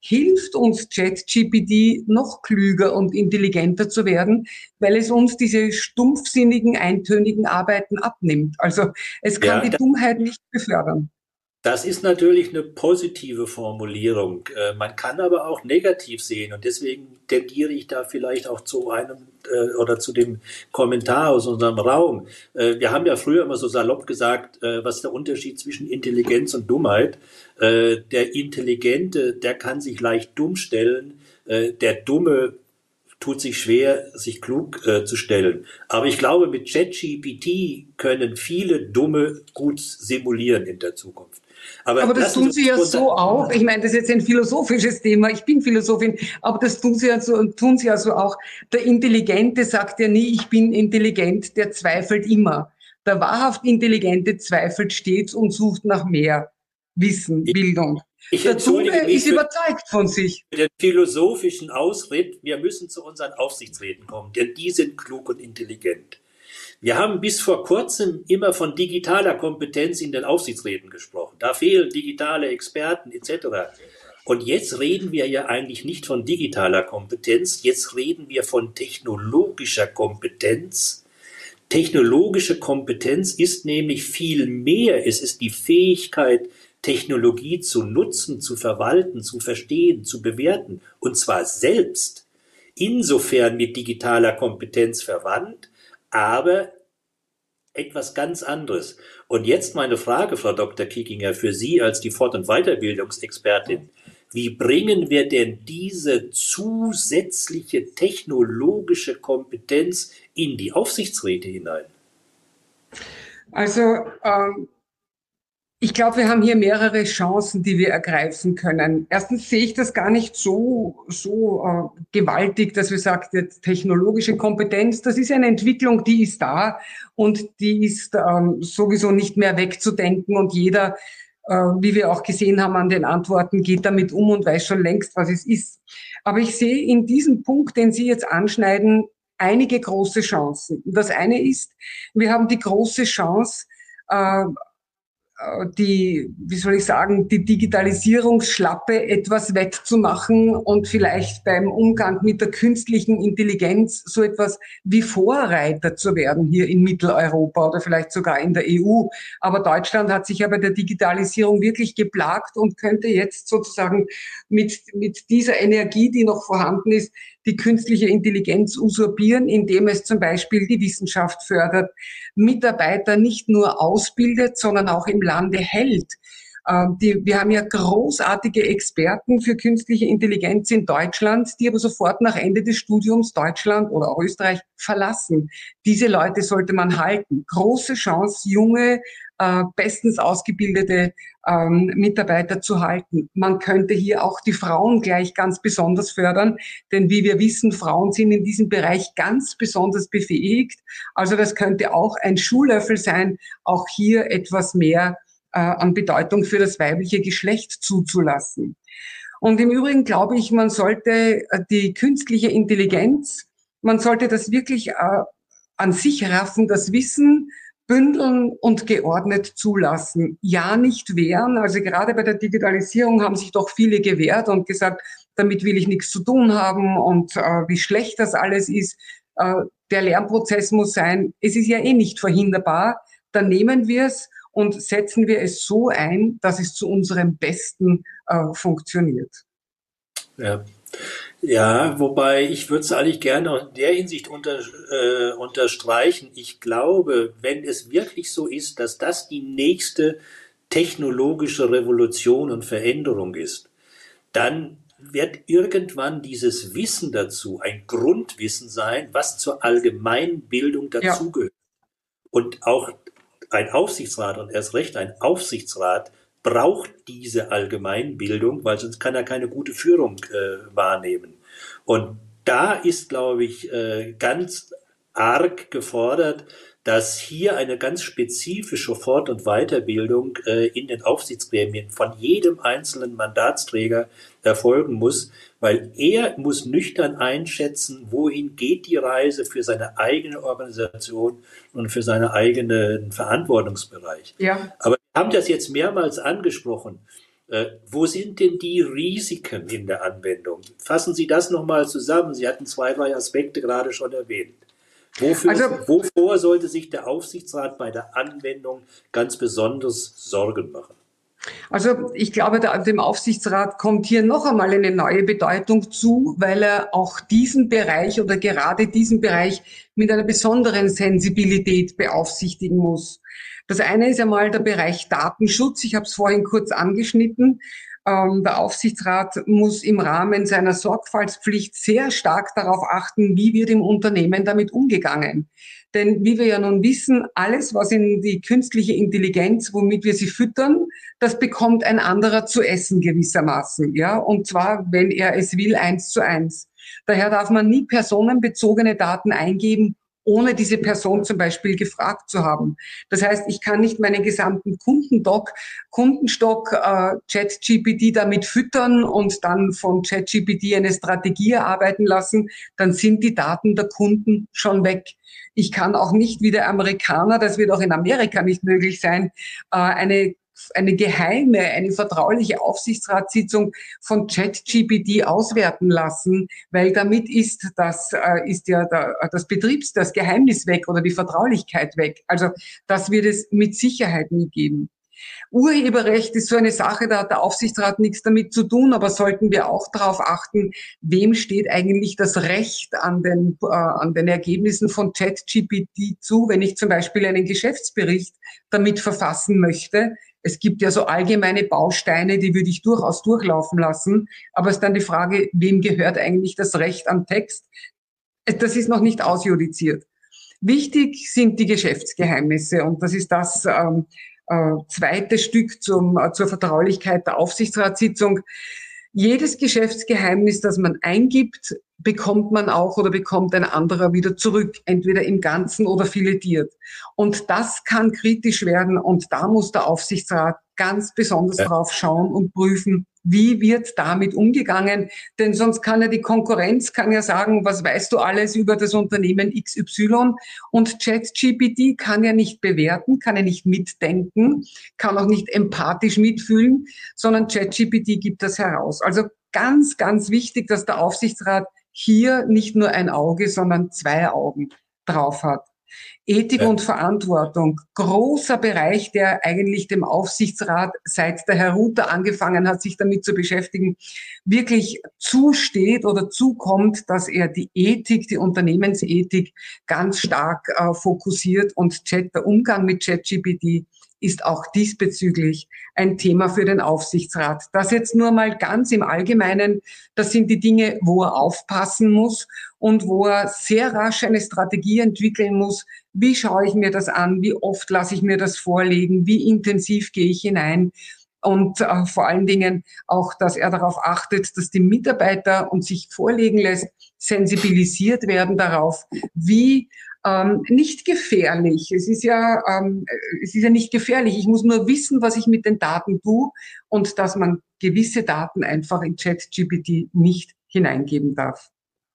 hilft uns ChatGPT noch klüger und intelligenter zu werden, weil es uns diese stumpfsinnigen, eintönigen Arbeiten abnimmt. Also es kann Ja, die Dummheit nicht befördern. das ist natürlich eine positive Formulierung. Man kann aber auch negativ sehen und deswegen tendiere ich da vielleicht auch zu einem oder zu dem Kommentar aus unserem Raum. Wir haben ja früher immer so salopp gesagt, was ist der Unterschied zwischen Intelligenz und Dummheit? Der Intelligente, der kann sich leicht dumm stellen, der Dumme tut sich schwer, sich klug zu stellen. Aber ich glaube, mit ChatGPT können viele Dumme gut simulieren in der Zukunft. Aber Aber das lassen Sie tun Sie ja uns so auch. Ich meine, das ist jetzt ein philosophisches Thema. Ich bin Philosophin, aber das tun Sie ja so und tun Sie ja so auch. Der Intelligente sagt ja nie, ich bin intelligent, der zweifelt immer. Der wahrhaft Intelligente zweifelt stets und sucht nach mehr Wissen, ich, Bildung. ich Der entschuldige Dumme mich ist für überzeugt von sich. den philosophischen Ausritt. Wir müssen zu unseren Aufsichtsräten kommen, denn die sind klug und intelligent. Wir haben bis vor kurzem immer von digitaler Kompetenz in den Aufsichtsräten gesprochen. Da fehlen digitale Experten etc. Und jetzt reden wir ja eigentlich nicht von digitaler Kompetenz, jetzt reden wir von technologischer Kompetenz. Technologische Kompetenz ist nämlich viel mehr. Es ist die Fähigkeit, Technologie zu nutzen, zu verwalten, zu verstehen, zu bewerten, und zwar selbst. Insofern mit digitaler Kompetenz verwandt, aber etwas ganz anderes. Und jetzt meine Frage, Frau Dr. Kiekinger, für Sie als die Fort- und Weiterbildungsexpertin. Wie bringen wir denn diese zusätzliche technologische Kompetenz in die Aufsichtsräte hinein? Also ich glaube, wir haben hier mehrere Chancen, die wir ergreifen können. Erstens sehe ich das gar nicht so gewaltig, dass wir sagen, jetzt technologische Kompetenz, das ist eine Entwicklung, die ist da und die ist sowieso nicht mehr wegzudenken und jeder, wie wir auch gesehen haben an den Antworten, geht damit um und weiß schon längst, was es ist. Aber ich sehe in diesem Punkt, den Sie jetzt anschneiden, einige große Chancen. Das eine ist, wir haben die große Chance, wie soll ich sagen, die Digitalisierungsschlappe etwas wettzumachen und vielleicht beim Umgang mit der künstlichen Intelligenz so etwas wie Vorreiter zu werden hier in Mitteleuropa oder vielleicht sogar in der EU. Aber Deutschland hat sich ja bei der Digitalisierung wirklich geplagt und könnte jetzt sozusagen mit dieser Energie, die noch vorhanden ist, die künstliche Intelligenz usurpieren, indem es zum Beispiel die Wissenschaft fördert, Mitarbeiter nicht nur ausbildet, sondern auch im Lande hält. Wir haben ja großartige Experten für künstliche Intelligenz in Deutschland, die aber sofort nach Ende des Studiums Deutschland oder auch Österreich verlassen. Diese Leute sollte man halten. Große Chance, junge, bestens ausgebildete Mitarbeiter zu halten. Man könnte hier auch die Frauen gleich ganz besonders fördern, denn wie wir wissen, Frauen sind in diesem Bereich ganz besonders befähigt. Also das könnte auch ein Schuhlöffel sein, auch hier etwas mehr an Bedeutung für das weibliche Geschlecht zuzulassen. Und im Übrigen glaube ich, man sollte die künstliche Intelligenz, man sollte das wirklich an sich raffen, das Wissen bündeln und geordnet zulassen. Ja, nicht wehren. Also gerade bei der Digitalisierung haben sich doch viele gewehrt und gesagt, damit will ich nichts zu tun haben und wie schlecht das alles ist. Der Lernprozess muss sein. Es ist ja eh nicht verhinderbar. Dann nehmen wir es und setzen wir es so ein, dass es zu unserem Besten funktioniert. Ja. Ja, wobei ich würde es eigentlich gerne auch in der Hinsicht unterstreichen. Ich glaube, wenn es wirklich so ist, dass das die nächste technologische Revolution und Veränderung ist, dann wird irgendwann dieses Wissen dazu ein Grundwissen sein, was zur Allgemeinbildung dazugehört. Und auch ein Aufsichtsrat und erst recht ein Aufsichtsrat braucht diese Allgemeinbildung, weil sonst kann er keine gute Führung wahrnehmen. Und da ist, glaube ich, ganz arg gefordert, dass hier eine ganz spezifische Fort- und Weiterbildung in den Aufsichtsgremien von jedem einzelnen Mandatsträger erfolgen muss, weil er muss nüchtern einschätzen, wohin geht die Reise für seine eigene Organisation und für seinen eigenen Verantwortungsbereich. Ja. Aber wir haben das jetzt mehrmals angesprochen. Wo sind denn die Risiken in der Anwendung? Fassen Sie das nochmal zusammen. Sie hatten 2, 3 Aspekte gerade schon erwähnt. Wovor sollte sich der Aufsichtsrat bei der Anwendung ganz besonders Sorgen machen? Also ich glaube, dem Aufsichtsrat kommt hier noch einmal eine neue Bedeutung zu, weil er auch diesen Bereich oder gerade diesen Bereich mit einer besonderen Sensibilität beaufsichtigen muss. Das eine ist einmal der Bereich Datenschutz. Ich habe es vorhin kurz angeschnitten. Der Aufsichtsrat muss im Rahmen seiner Sorgfaltspflicht sehr stark darauf achten, wie wird im Unternehmen damit umgegangen. Denn wie wir ja nun wissen, alles, was in die künstliche Intelligenz, womit wir sie füttern, das bekommt ein anderer zu essen gewissermaßen, ja, und zwar, wenn er es will, 1:1. Daher darf man nie personenbezogene Daten eingeben, ohne diese Person zum Beispiel gefragt zu haben. Das heißt, ich kann nicht meinen gesamten Kundenstock ChatGPT damit füttern und dann von ChatGPT eine Strategie erarbeiten lassen, dann sind die Daten der Kunden schon weg. Ich kann auch nicht wie der Amerikaner, das wird auch in Amerika nicht möglich sein, eine geheime, eine vertrauliche Aufsichtsratssitzung von ChatGPT auswerten lassen, weil damit ist das Geheimnis weg oder die Vertraulichkeit weg. Also das wird es mit Sicherheit nie geben. Urheberrecht ist so eine Sache, da hat der Aufsichtsrat nichts damit zu tun, aber sollten wir auch darauf achten, wem steht eigentlich das Recht an den Ergebnissen von ChatGPT zu, wenn ich zum Beispiel einen Geschäftsbericht damit verfassen möchte. Es gibt ja so allgemeine Bausteine, die würde ich durchaus durchlaufen lassen, aber es ist dann die Frage, wem gehört eigentlich das Recht am Text? Das ist noch nicht ausjudiziert. Wichtig sind die Geschäftsgeheimnisse und das ist das zweite Stück zur Vertraulichkeit der Aufsichtsratssitzung. Jedes Geschäftsgeheimnis, das man eingibt, bekommt man auch oder bekommt ein anderer wieder zurück, entweder im Ganzen oder filetiert. Und das kann kritisch werden und da muss der Aufsichtsrat ganz besonders drauf schauen und prüfen, wie wird damit umgegangen? Denn sonst kann ja die Konkurrenz sagen, was weißt du alles über das Unternehmen XY? Und ChatGPT kann ja nicht bewerten, kann ja nicht mitdenken, kann auch nicht empathisch mitfühlen, sondern ChatGPT gibt das heraus. Also ganz, ganz wichtig, dass der Aufsichtsrat hier nicht nur ein Auge, sondern 2 Augen drauf hat. Ethik und Verantwortung, großer Bereich, der eigentlich dem Aufsichtsrat, seit der Herr Ruther angefangen hat, sich damit zu beschäftigen, wirklich zusteht oder zukommt, dass er die Ethik, die Unternehmensethik ganz stark fokussiert und der Umgang mit ChatGPT ist auch diesbezüglich ein Thema für den Aufsichtsrat. Das jetzt nur mal ganz im Allgemeinen, das sind die Dinge, wo er aufpassen muss und wo er sehr rasch eine Strategie entwickeln muss. Wie schaue ich mir das an? Wie oft lasse ich mir das vorlegen? Wie intensiv gehe ich hinein? Und vor allen Dingen auch, dass er darauf achtet, dass die Mitarbeiter und sich vorlegen lässt, sensibilisiert werden darauf, wie nicht gefährlich. Es ist ja nicht gefährlich. Ich muss nur wissen, was ich mit den Daten tue und dass man gewisse Daten einfach in ChatGPT nicht hineingeben darf.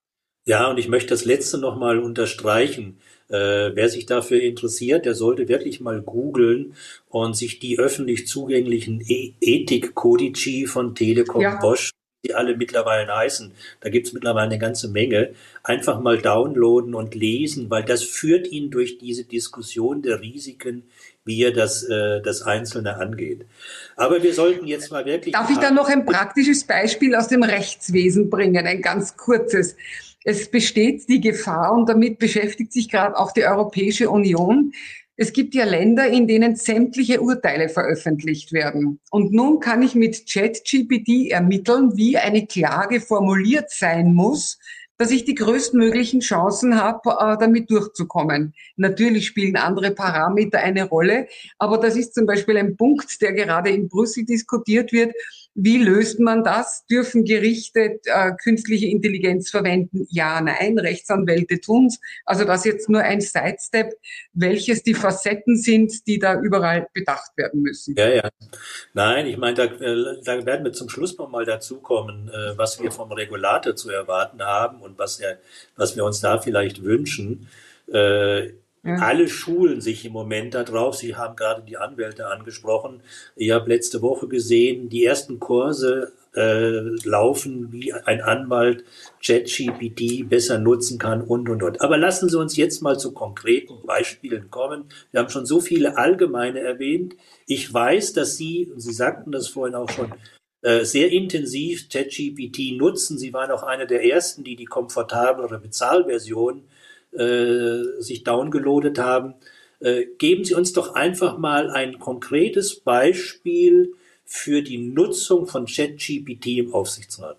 Ja, und ich möchte das Letzte nochmal unterstreichen. Wer sich dafür interessiert, der sollte wirklich mal googeln und sich die öffentlich zugänglichen Ethik-Kodici von Telekom, Bosch, die alle mittlerweile heißen, da gibt's mittlerweile eine ganze Menge, einfach mal downloaden und lesen, weil das führt ihn durch diese Diskussion der Risiken, wie er das Einzelne angeht. Aber wir sollten jetzt mal wirklich... Darf ich da noch ein praktisches Beispiel aus dem Rechtswesen bringen, ein ganz kurzes? Es besteht die Gefahr, und damit beschäftigt sich gerade auch die Europäische Union. Es gibt ja Länder, in denen sämtliche Urteile veröffentlicht werden. Und nun kann ich mit ChatGPT ermitteln, wie eine Klage formuliert sein muss, dass ich die größtmöglichen Chancen habe, damit durchzukommen. Natürlich spielen andere Parameter eine Rolle, aber das ist zum Beispiel ein Punkt, der gerade in Brüssel diskutiert wird. Wie löst man das? Dürfen Gerichte künstliche Intelligenz verwenden? Ja, nein, Rechtsanwälte tun's. Also das ist jetzt nur ein Sidestep, welches die Facetten sind, die da überall bedacht werden müssen. Ja. Nein, ich meine, da werden wir zum Schluss noch mal dazu kommen, was wir vom Regulator zu erwarten haben und was wir uns da vielleicht wünschen. Ja. Alle schulen sich im Moment darauf. Sie haben gerade die Anwälte angesprochen. Ich habe letzte Woche gesehen, die ersten Kurse laufen, wie ein Anwalt ChatGPT besser nutzen kann und. Aber lassen Sie uns jetzt mal zu konkreten Beispielen kommen. Wir haben schon so viele allgemeine erwähnt. Ich weiß, dass Sie, und Sie sagten das vorhin auch schon, sehr intensiv ChatGPT nutzen. Sie waren auch einer der ersten, die die komfortablere Bezahlversion sich downgeloadet haben. Geben Sie uns doch einfach mal ein konkretes Beispiel für die Nutzung von ChatGPT im Aufsichtsrat.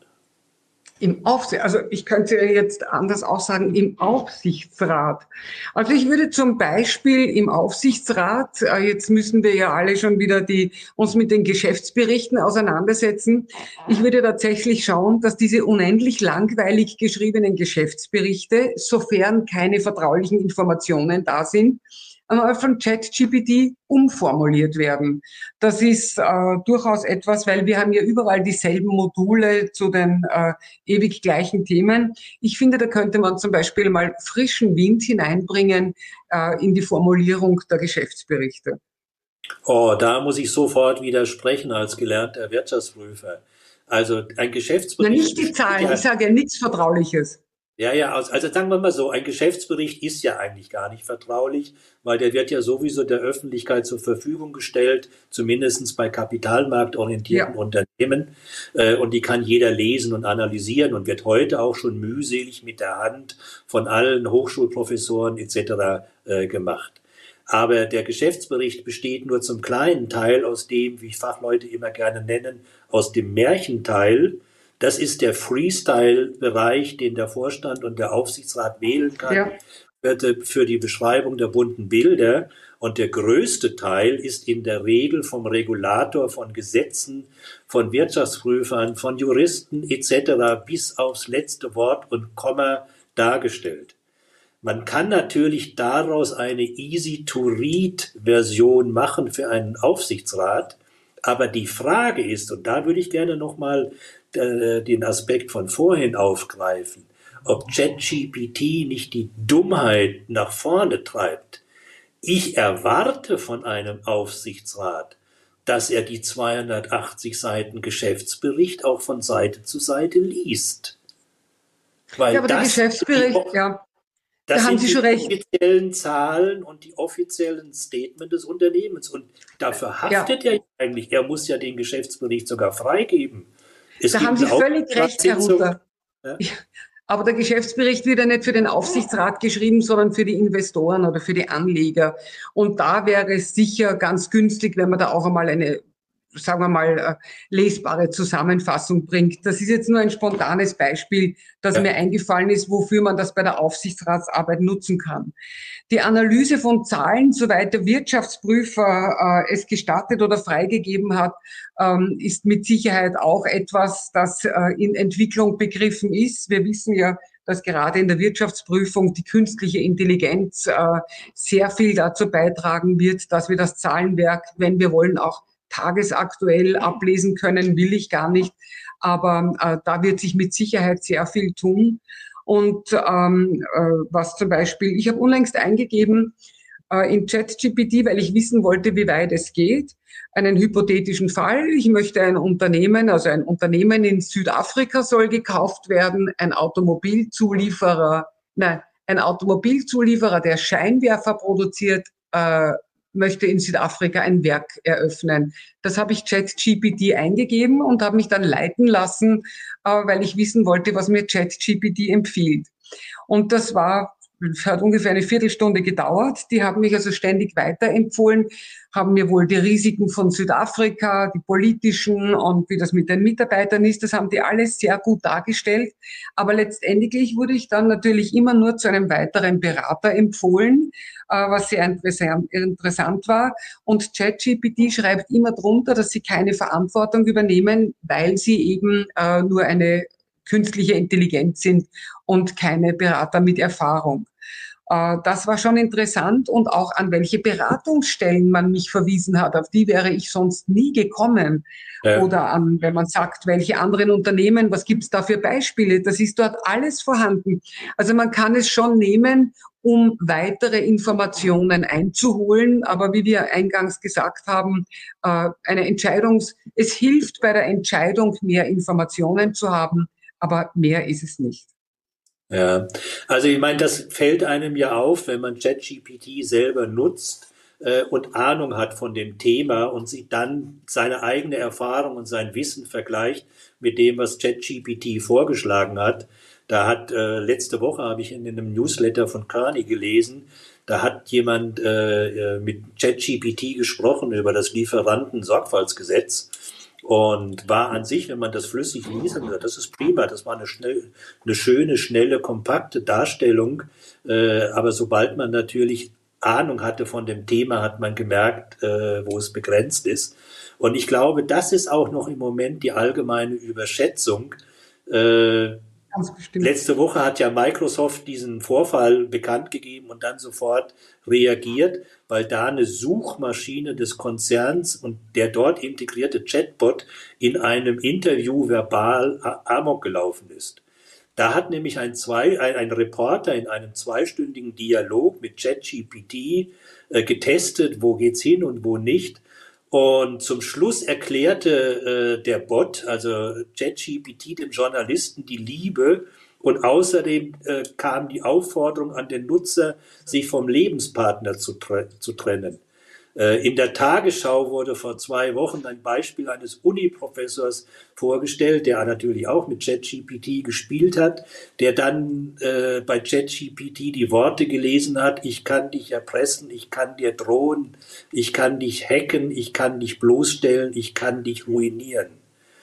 Also ich könnte jetzt anders auch sagen, im Aufsichtsrat. Also ich würde zum Beispiel im Aufsichtsrat, jetzt müssen wir ja alle schon wieder uns mit den Geschäftsberichten auseinandersetzen. Ich würde tatsächlich schauen, dass diese unendlich langweilig geschriebenen Geschäftsberichte, sofern keine vertraulichen Informationen da sind, einmal von ChatGPT umformuliert werden. Das ist durchaus etwas, weil wir haben ja überall dieselben Module zu den ewig gleichen Themen. Ich finde, da könnte man zum Beispiel mal frischen Wind hineinbringen in die Formulierung der Geschäftsberichte. Oh, da muss ich sofort widersprechen als gelernter Wirtschaftsprüfer. Also ein Geschäftsbericht. Na, nicht die Zahlen, ich sage ja nichts Vertrauliches. Ja, also sagen wir mal so, ein Geschäftsbericht ist ja eigentlich gar nicht vertraulich, weil der wird ja sowieso der Öffentlichkeit zur Verfügung gestellt, zumindest bei kapitalmarktorientierten Unternehmen. Und die kann jeder lesen und analysieren und wird heute auch schon mühselig mit der Hand von allen Hochschulprofessoren etc. Gemacht. Aber der Geschäftsbericht besteht nur zum kleinen Teil aus dem, wie Fachleute immer gerne nennen, aus dem Märchenteil. Das ist der Freestyle-Bereich, den der Vorstand und der Aufsichtsrat wählen kann für die Beschreibung der bunten Bilder. Und der größte Teil ist in der Regel vom Regulator, von Gesetzen, von Wirtschaftsprüfern, von Juristen etc. bis aufs letzte Wort und Komma dargestellt. Man kann natürlich daraus eine Easy-to-Read-Version machen für einen Aufsichtsrat. Aber die Frage ist, und da würde ich gerne nochmal den Aspekt von vorhin aufgreifen, ob ChatGPT nicht die Dummheit nach vorne treibt. Ich erwarte von einem Aufsichtsrat, dass er die 280 Seiten Geschäftsbericht auch von Seite zu Seite liest. Weil aber der Geschäftsbericht, das sind die offiziellen Zahlen und die offiziellen Statements des Unternehmens. Und dafür haftet er eigentlich. Er muss ja den Geschäftsbericht sogar freigeben. Da haben Sie völlig recht, Herr Ruther. Ja. Aber der Geschäftsbericht wird ja nicht für den Aufsichtsrat geschrieben, sondern für die Investoren oder für die Anleger. Und da wäre es sicher ganz günstig, wenn man da auch einmal eine, sagen wir mal, lesbare Zusammenfassung bringt. Das ist jetzt nur ein spontanes Beispiel, das mir eingefallen ist, wofür man das bei der Aufsichtsratsarbeit nutzen kann. Die Analyse von Zahlen, soweit der Wirtschaftsprüfer es gestattet oder freigegeben hat, ist mit Sicherheit auch etwas, das in Entwicklung begriffen ist. Wir wissen ja, dass gerade in der Wirtschaftsprüfung die künstliche Intelligenz sehr viel dazu beitragen wird, dass wir das Zahlenwerk, wenn wir wollen, auch tagesaktuell ablesen können, will ich gar nicht. Aber da wird sich mit Sicherheit sehr viel tun. Und was zum Beispiel, ich habe unlängst eingegeben in ChatGPT, weil ich wissen wollte, wie weit es geht, einen hypothetischen Fall. Ich möchte ein Unternehmen in Südafrika soll gekauft werden, ein Automobilzulieferer, der Scheinwerfer produziert, möchte in Südafrika ein Werk eröffnen. Das habe ich ChatGPT eingegeben und habe mich dann leiten lassen, weil ich wissen wollte, was mir ChatGPT empfiehlt. Und das hat ungefähr eine Viertelstunde gedauert. Die haben mich also ständig weiterempfohlen, haben mir wohl die Risiken von Südafrika, die politischen und wie das mit den Mitarbeitern ist, das haben die alles sehr gut dargestellt. Aber letztendlich wurde ich dann natürlich immer nur zu einem weiteren Berater empfohlen, was sehr interessant war. Und ChatGPT schreibt immer drunter, dass sie keine Verantwortung übernehmen, weil sie eben nur eine künstliche Intelligenz sind und keine Berater mit Erfahrung. Das war schon interessant und auch an welche Beratungsstellen man mich verwiesen hat, auf die wäre ich sonst nie gekommen. Ja. Oder an, wenn man sagt, welche anderen Unternehmen, was gibt's da für Beispiele? Das ist dort alles vorhanden. Also man kann es schon nehmen um weitere Informationen einzuholen. Aber wie wir eingangs gesagt haben, es hilft bei der Entscheidung, mehr Informationen zu haben, aber mehr ist es nicht. Ja, also ich meine, das fällt einem ja auf, wenn man ChatGPT selber nutzt und Ahnung hat von dem Thema und sich dann seine eigene Erfahrung und sein Wissen vergleicht mit dem, was ChatGPT vorgeschlagen hat. Da hat letzte Woche habe ich in einem Newsletter von Kearney gelesen, da hat jemand mit ChatGPT gesprochen über das Lieferantensorgfaltsgesetz. Und war an sich, wenn man das flüssig liest, das ist prima, das war eine schöne, schnelle, kompakte Darstellung. Aber sobald man natürlich Ahnung hatte von dem Thema, hat man gemerkt, wo es begrenzt ist. Und ich glaube, das ist auch noch im Moment die allgemeine Überschätzung. Ganz bestimmt. Letzte Woche hat ja Microsoft diesen Vorfall bekannt gegeben und dann sofort reagiert, weil da eine Suchmaschine des Konzerns und der dort integrierte Chatbot in einem Interview verbal amok gelaufen ist. Da hat nämlich ein Reporter in einem 2-stündigen Dialog mit ChatGPT getestet, wo geht's hin und wo nicht. Und zum Schluss erklärte der Bot, also ChatGPT, dem Journalisten die Liebe und außerdem kam die Aufforderung an den Nutzer, sich vom Lebenspartner zu trennen. In der Tagesschau wurde vor 2 Wochen ein Beispiel eines Uni-Professors vorgestellt, der natürlich auch mit ChatGPT gespielt hat, der dann bei ChatGPT die Worte gelesen hat: Ich kann dich erpressen, ich kann dir drohen, ich kann dich hacken, ich kann dich bloßstellen, ich kann dich ruinieren.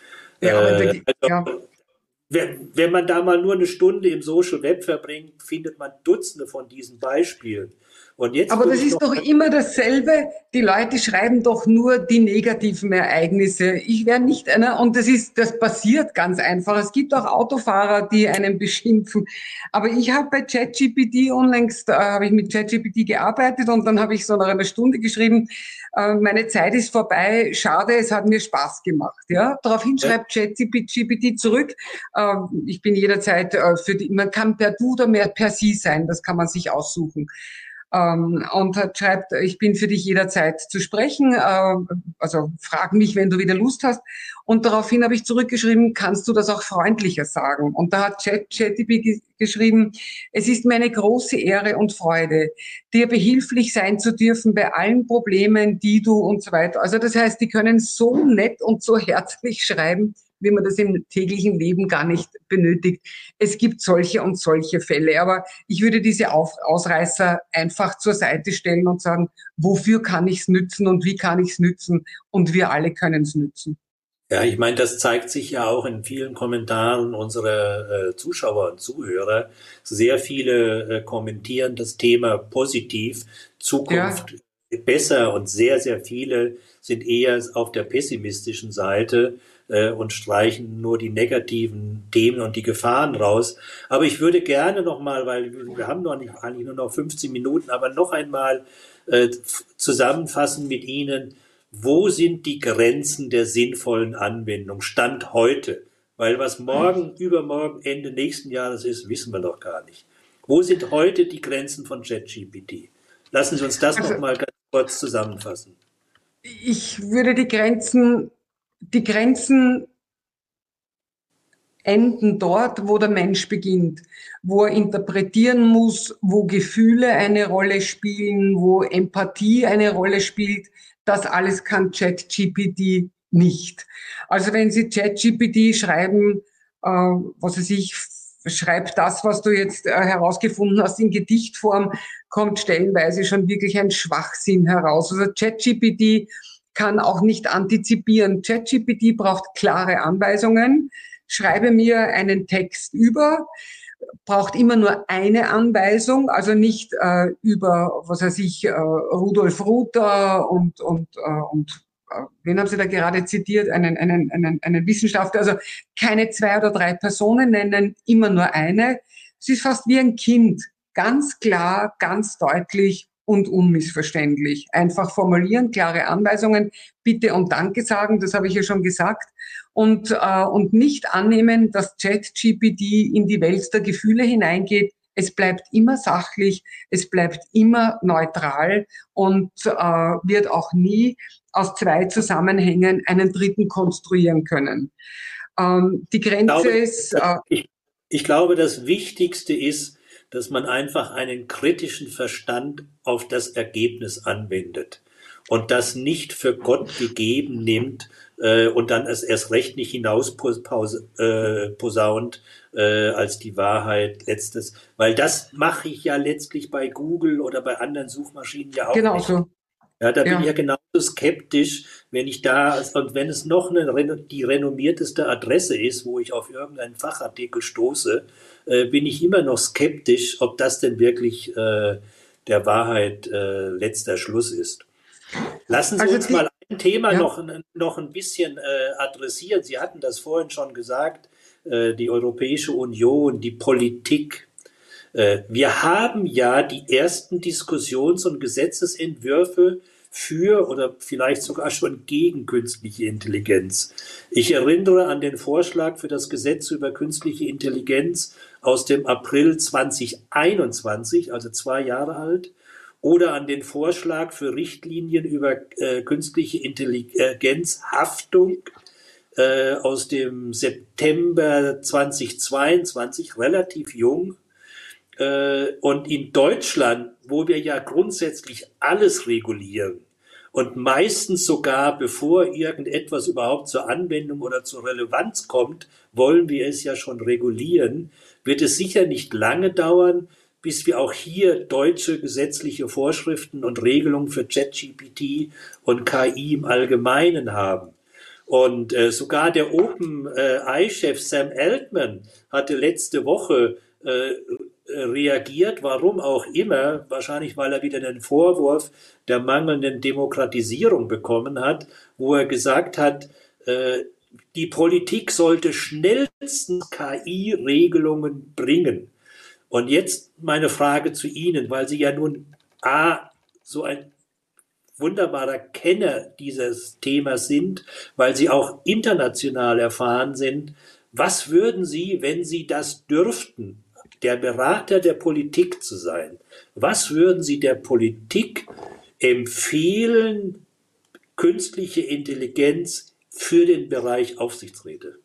Wenn man da mal nur eine Stunde im Social Web verbringt, findet man Dutzende von diesen Beispielen. Und jetzt aber das ist doch immer dasselbe. Die Leute schreiben doch nur die negativen Ereignisse. Ich wäre nicht einer, und das passiert ganz einfach. Es gibt auch Autofahrer, die einen beschimpfen. Aber ich habe bei ChatGPT unlängst, habe ich mit ChatGPT gearbeitet und dann habe ich so nach einer Stunde geschrieben, meine Zeit ist vorbei, schade, es hat mir Spaß gemacht. Ja, daraufhin schreibt ChatGPT zurück, ich bin jederzeit man kann per Du oder mehr per Sie sein, das kann man sich aussuchen. Und schreibt, ich bin für dich jederzeit zu sprechen, also frag mich, wenn du wieder Lust hast. Und daraufhin habe ich zurückgeschrieben, kannst du das auch freundlicher sagen? Und da hat ChatGPT geschrieben, es ist mir eine große Ehre und Freude, dir behilflich sein zu dürfen bei allen Problemen, die du und so weiter. Also das heißt, die können so nett und so herzlich schreiben, wie man das im täglichen Leben gar nicht benötigt. Es gibt solche und solche Fälle, aber ich würde diese Ausreißer einfach zur Seite stellen und sagen, wofür kann ich es nützen und wie kann ich es nützen, und wir alle können es nützen. Ja, ich meine, das zeigt sich ja auch in vielen Kommentaren unserer Zuschauer und Zuhörer. Sehr viele kommentieren das Thema positiv, Zukunft besser, und sehr, sehr viele sind eher auf der pessimistischen Seite und streichen nur die negativen Themen und die Gefahren raus. Aber ich würde gerne nochmal, weil wir haben eigentlich nur noch 15 Minuten, aber noch einmal zusammenfassen mit Ihnen, wo sind die Grenzen der sinnvollen Anwendung, Stand heute? Weil was morgen, übermorgen, Ende nächsten Jahres ist, wissen wir doch gar nicht. Wo sind heute die Grenzen von ChatGPT? Lassen Sie uns das nochmal ganz kurz zusammenfassen. Ich würde die Grenzen enden dort, wo der Mensch beginnt, wo er interpretieren muss, wo Gefühle eine Rolle spielen, wo Empathie eine Rolle spielt. Das alles kann ChatGPT nicht. Also wenn Sie ChatGPT schreiben, schreib das, was du jetzt herausgefunden hast, in Gedichtform, kommt stellenweise schon wirklich ein Schwachsinn heraus. Also ChatGPT kann auch nicht antizipieren. ChatGPT braucht klare Anweisungen. Schreibe mir einen Text braucht immer nur eine Anweisung, also nicht über, Rudolf Ruther und wen haben Sie da gerade zitiert, einen Wissenschaftler, also keine 2 oder 3 Personen nennen, immer nur eine. Es ist fast wie ein Kind, ganz klar, ganz deutlich und unmissverständlich. Einfach formulieren, klare Anweisungen, bitte und danke sagen, das habe ich ja schon gesagt, und nicht annehmen, dass ChatGPT in die Welt der Gefühle hineingeht. Es bleibt immer sachlich, es bleibt immer neutral und wird auch nie aus zwei Zusammenhängen einen dritten konstruieren können. Die Grenze ist... Ich glaube, das Wichtigste ist, dass man einfach einen kritischen Verstand auf das Ergebnis anwendet und das nicht für Gott gegeben nimmt und dann es erst recht nicht hinaus posaunt als die Wahrheit letztes. Weil das mache ich ja letztlich bei Google oder bei anderen Suchmaschinen ja auch genau nicht. so. Ja, da bin Ja. ich ja genauso skeptisch, wenn ich da, und wenn es noch die renommierteste Adresse ist, wo ich auf irgendeinen Fachartikel stoße, bin ich immer noch skeptisch, ob das denn wirklich der Wahrheit letzter Schluss ist. Lassen Sie Also uns mal ein Thema ja. noch ein bisschen adressieren. Sie hatten das vorhin schon gesagt, die Europäische Union, die Politik. Wir haben ja die ersten Diskussions- und Gesetzesentwürfe für oder vielleicht sogar schon gegen künstliche Intelligenz. Ich erinnere an den Vorschlag für das Gesetz über künstliche Intelligenz aus dem April 2021, also 2 Jahre alt, oder an den Vorschlag für Richtlinien über künstliche Intelligenzhaftung aus dem September 2022, relativ jung. Und in Deutschland, wo wir ja grundsätzlich alles regulieren und meistens sogar, bevor irgendetwas überhaupt zur Anwendung oder zur Relevanz kommt, wollen wir es ja schon regulieren, wird es sicher nicht lange dauern, bis wir auch hier deutsche gesetzliche Vorschriften und Regelungen für ChatGPT und KI im Allgemeinen haben. Und sogar der OpenAI-Chef Sam Altman hatte letzte Woche reagiert, warum auch immer, wahrscheinlich weil er wieder den Vorwurf der mangelnden Demokratisierung bekommen hat, wo er gesagt hat, die Politik sollte schnellstens KI-Regelungen bringen. Und jetzt meine Frage zu Ihnen, weil Sie ja nun so ein wunderbarer Kenner dieses Themas sind, weil Sie auch international erfahren sind. Was würden Sie, wenn Sie das dürften, der Berater der Politik zu sein, was würden Sie der Politik empfehlen, künstliche Intelligenz für den Bereich Aufsichtsräte?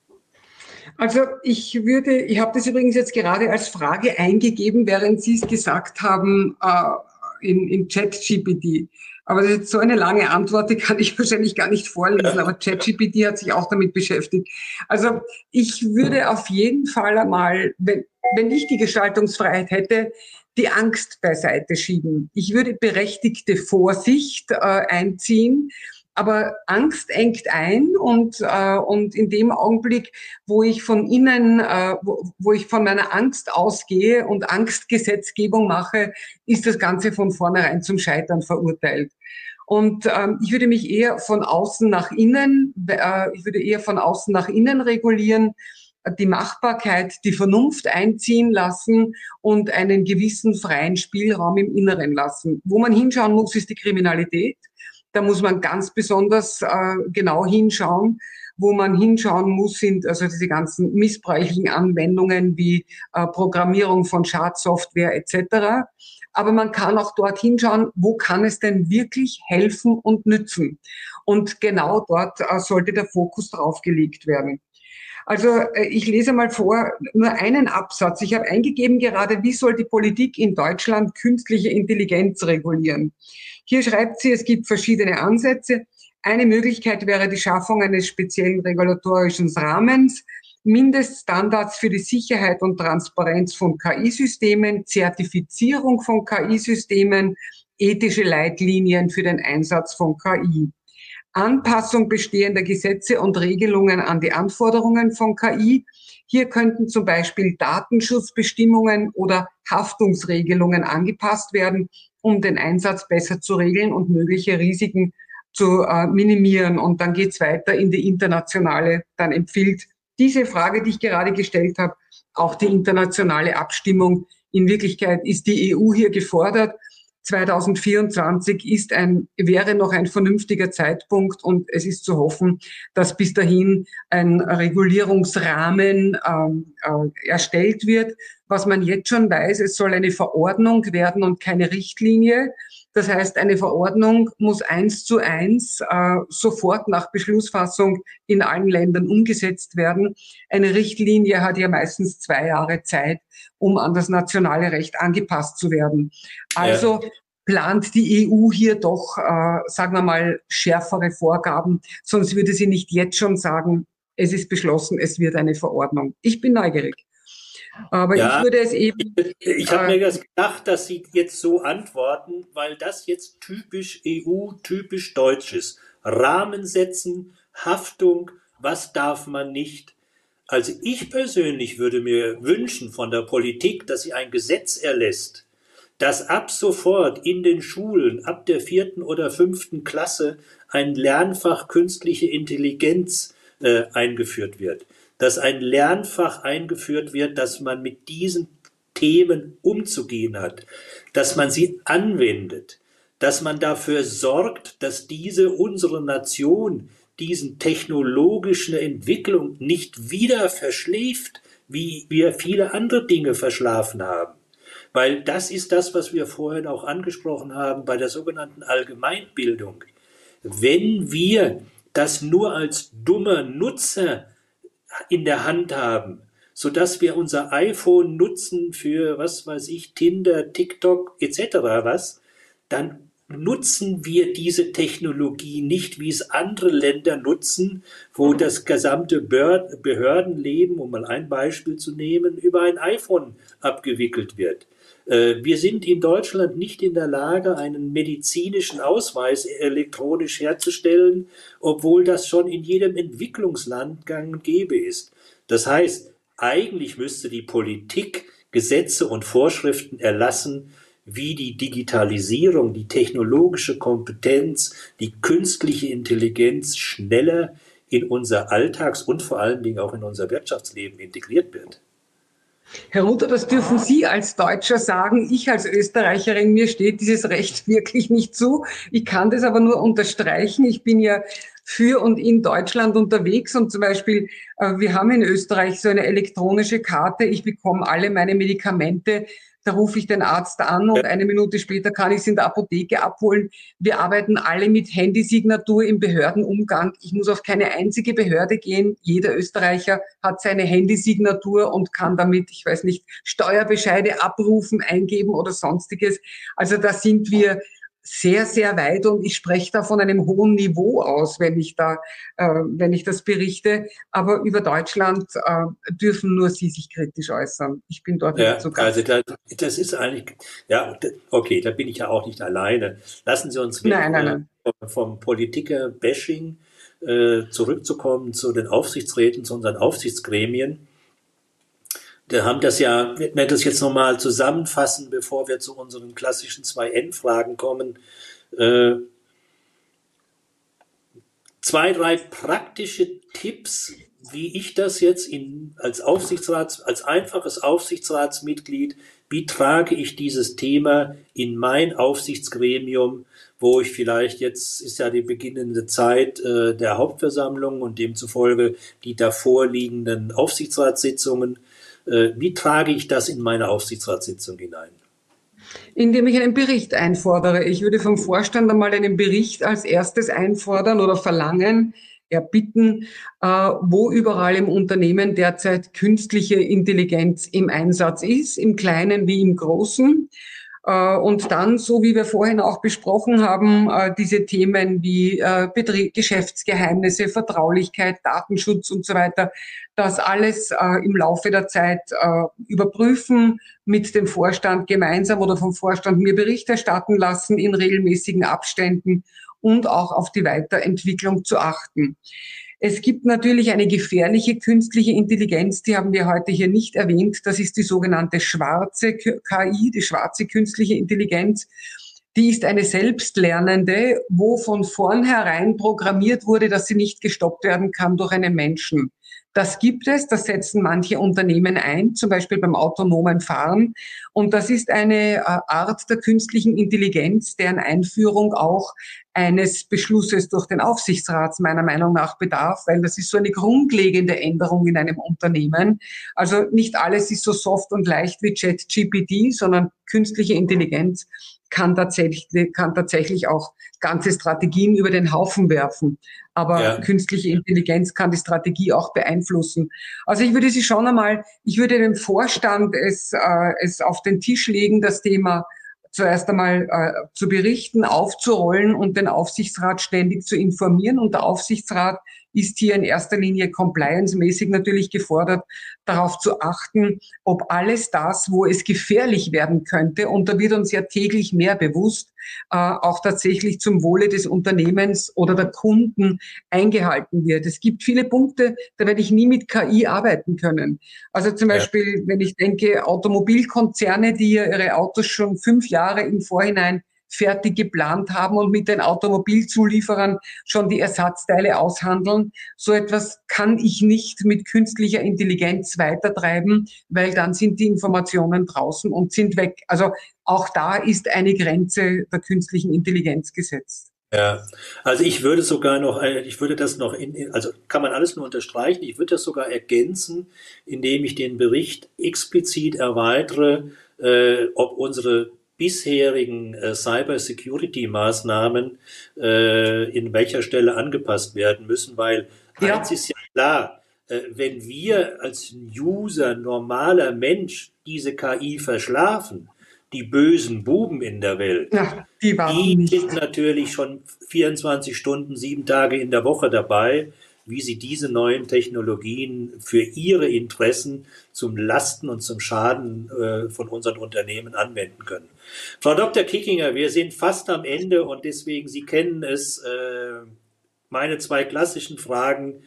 Also ich habe das übrigens jetzt gerade als Frage eingegeben, während Sie es gesagt haben, in ChatGPT. Aber das ist jetzt so eine lange Antwort, die kann ich wahrscheinlich gar nicht vorlesen, aber ChatGPT hat sich auch damit beschäftigt. Also ich würde auf jeden Fall einmal, wenn ich die Gestaltungsfreiheit hätte, die Angst beiseite schieben. Ich würde berechtigte Vorsicht einziehen, aber Angst engt ein und in dem Augenblick, wo ich von innen, wo ich von meiner Angst ausgehe und Angstgesetzgebung mache, ist das Ganze von vornherein zum Scheitern verurteilt. Und ich würde mich eher von außen nach innen, regulieren, die Machbarkeit, die Vernunft einziehen lassen und einen gewissen freien Spielraum im Inneren lassen. Wo man hinschauen muss, ist die Kriminalität. Da muss man ganz besonders genau hinschauen. Wo man hinschauen muss, sind also diese ganzen missbräuchlichen Anwendungen wie Programmierung von Schadsoftware etc. Aber man kann auch dort hinschauen, wo kann es denn wirklich helfen und nützen. Und genau dort sollte der Fokus drauf gelegt werden. Also ich lese mal vor, nur einen Absatz. Ich habe eingegeben gerade, wie soll die Politik in Deutschland künstliche Intelligenz regulieren? Hier schreibt sie, es gibt verschiedene Ansätze. Eine Möglichkeit wäre die Schaffung eines speziellen regulatorischen Rahmens, Mindeststandards für die Sicherheit und Transparenz von KI-Systemen, Zertifizierung von KI-Systemen, ethische Leitlinien für den Einsatz von KI. Anpassung bestehender Gesetze und Regelungen an die Anforderungen von KI. Hier könnten zum Beispiel Datenschutzbestimmungen oder Haftungsregelungen angepasst werden, um den Einsatz besser zu regeln und mögliche Risiken zu minimieren. Und dann geht's weiter in die internationale, dann empfiehlt diese Frage, die ich gerade gestellt habe, auch die internationale Abstimmung. In Wirklichkeit ist die EU hier gefordert. 2024 wäre noch ein vernünftiger Zeitpunkt und es ist zu hoffen, dass bis dahin ein Regulierungsrahmen erstellt wird. Was man jetzt schon weiß, es soll eine Verordnung werden und keine Richtlinie. Das heißt, eine Verordnung muss 1:1 sofort nach Beschlussfassung in allen Ländern umgesetzt werden. Eine Richtlinie hat ja meistens 2 Jahre Zeit, um an das nationale Recht angepasst zu werden. Also plant die EU hier doch, sagen wir mal, schärfere Vorgaben. Sonst würde sie nicht jetzt schon sagen, es ist beschlossen, es wird eine Verordnung. Ich bin neugierig. Aber ich würde es eben... Ich habe mir das gedacht, dass Sie jetzt so antworten, weil das jetzt typisch EU, typisch deutsch ist. Rahmen setzen, Haftung, was darf man nicht. Also ich persönlich würde mir wünschen von der Politik, dass sie ein Gesetz erlässt, dass ab sofort in den Schulen, ab der 4. oder 5. Klasse, ein Lernfach künstliche Intelligenz eingeführt wird. Dass ein Lernfach eingeführt wird, dass man mit diesen Themen umzugehen hat, dass man sie anwendet, dass man dafür sorgt, dass unsere Nation, diesen technologischen Entwicklung nicht wieder verschläft, wie wir viele andere Dinge verschlafen haben. Weil das ist das, was wir vorhin auch angesprochen haben bei der sogenannten Allgemeinbildung. Wenn wir das nur als dummer Nutzer in der Hand haben, sodass wir unser iPhone nutzen für, was weiß ich, Tinder, TikTok etc., dann nutzen wir diese Technologie nicht, wie es andere Länder nutzen, wo das gesamte Behördenleben, um mal ein Beispiel zu nehmen, über ein iPhone abgewickelt wird. Wir sind in Deutschland nicht in der Lage, einen medizinischen Ausweis elektronisch herzustellen, obwohl das schon in jedem Entwicklungsland gang und gäbe ist. Das heißt, eigentlich müsste die Politik Gesetze und Vorschriften erlassen, wie die Digitalisierung, die technologische Kompetenz, die künstliche Intelligenz schneller in unser Alltags- und vor allen Dingen auch in unser Wirtschaftsleben integriert wird. Herr Ruther, das dürfen Sie als Deutscher sagen. Ich als Österreicherin, mir steht dieses Recht wirklich nicht zu. Ich kann das aber nur unterstreichen. Ich bin ja für und in Deutschland unterwegs und zum Beispiel, wir haben in Österreich so eine elektronische Karte. Ich bekomme alle meine Medikamente. Da rufe ich den Arzt an und 1 Minute später kann ich es in der Apotheke abholen. Wir arbeiten alle mit Handysignatur im Behördenumgang. Ich muss auf keine einzige Behörde gehen. Jeder Österreicher hat seine Handysignatur und kann damit, ich weiß nicht, Steuerbescheide abrufen, eingeben oder sonstiges. Also da sind wir sehr, sehr weit und ich spreche da von einem hohen Niveau aus, wenn ich das berichte. Aber über Deutschland dürfen nur Sie sich kritisch äußern. Ich bin dort nicht so ganz. Also das ist eigentlich, ja, okay, da bin ich ja auch nicht alleine. Lassen Sie uns vom Politiker-Bashing zurückzukommen zu den Aufsichtsräten, zu unseren Aufsichtsgremien. Wir haben das ja, ich werde das jetzt nochmal zusammenfassen, bevor wir zu unseren klassischen 2N-Fragen kommen. 2, 3 praktische Tipps, wie ich das jetzt als einfaches Aufsichtsratsmitglied, wie trage ich dieses Thema in mein Aufsichtsgremium, wo ich vielleicht, jetzt ist ja die beginnende Zeit der Hauptversammlung und demzufolge die davor liegenden Aufsichtsratssitzungen. Wie trage ich das in meine Aufsichtsratssitzung hinein? Indem ich einen Bericht einfordere. Ich würde vom Vorstand einmal einen Bericht als erstes einfordern oder verlangen, erbitten, wo überall im Unternehmen derzeit künstliche Intelligenz im Einsatz ist, im Kleinen wie im Großen. Und dann, so wie wir vorhin auch besprochen haben, diese Themen wie Geschäftsgeheimnisse, Vertraulichkeit, Datenschutz und so weiter, das alles im Laufe der Zeit überprüfen, mit dem Vorstand gemeinsam oder vom Vorstand mir Bericht erstatten lassen in regelmäßigen Abständen und auch auf die Weiterentwicklung zu achten. Es gibt natürlich eine gefährliche künstliche Intelligenz, die haben wir heute hier nicht erwähnt. Das ist die sogenannte schwarze KI, die schwarze künstliche Intelligenz. Die ist eine selbstlernende, wo von vornherein programmiert wurde, dass sie nicht gestoppt werden kann durch einen Menschen. Das gibt es, das setzen manche Unternehmen ein, zum Beispiel beim autonomen Fahren. Und das ist eine Art der künstlichen Intelligenz, deren Einführung auch eines Beschlusses durch den Aufsichtsrat meiner Meinung nach bedarf, weil das ist so eine grundlegende Änderung in einem Unternehmen. Also nicht alles ist so soft und leicht wie ChatGPT, sondern künstliche Intelligenz kann tatsächlich auch ganze Strategien über den Haufen werfen. Aber künstliche Intelligenz kann die Strategie auch beeinflussen. Also ich würde dem Vorstand es auf den Tisch legen, das Thema zuerst einmal zu berichten, aufzurollen und den Aufsichtsrat ständig zu informieren. Und der Aufsichtsrat ist hier in erster Linie compliance-mäßig natürlich gefordert, darauf zu achten, ob alles das, wo es gefährlich werden könnte, und da wird uns ja täglich mehr bewusst, auch tatsächlich zum Wohle des Unternehmens oder der Kunden eingehalten wird. Es gibt viele Punkte, da werde ich nie mit KI arbeiten können. Also zum Beispiel, wenn ich denke, Automobilkonzerne, die ja ihre Autos schon 5 Jahre im Vorhinein fertig geplant haben und mit den Automobilzulieferern schon die Ersatzteile aushandeln. So etwas kann ich nicht mit künstlicher Intelligenz weitertreiben, weil dann sind die Informationen draußen und sind weg. Also auch da ist eine Grenze der künstlichen Intelligenz gesetzt. Ja, also ich würde das noch also kann man alles nur unterstreichen, ich würde das sogar ergänzen, indem ich den Bericht explizit erweitere, ob unsere bisherigen Cyber-Security-Maßnahmen in welcher Stelle angepasst werden müssen, weil eins ist ja klar, wenn wir als User, normaler Mensch, diese KI verschlafen, die bösen Buben in der Welt, die sind natürlich schon 24 Stunden, 7 Tage in der Woche dabei, wie sie diese neuen Technologien für ihre Interessen zum Lasten und zum Schaden von unseren Unternehmen anwenden können. Frau Dr. Kickinger, wir sind fast am Ende und deswegen, Sie kennen es, meine 2 klassischen Fragen,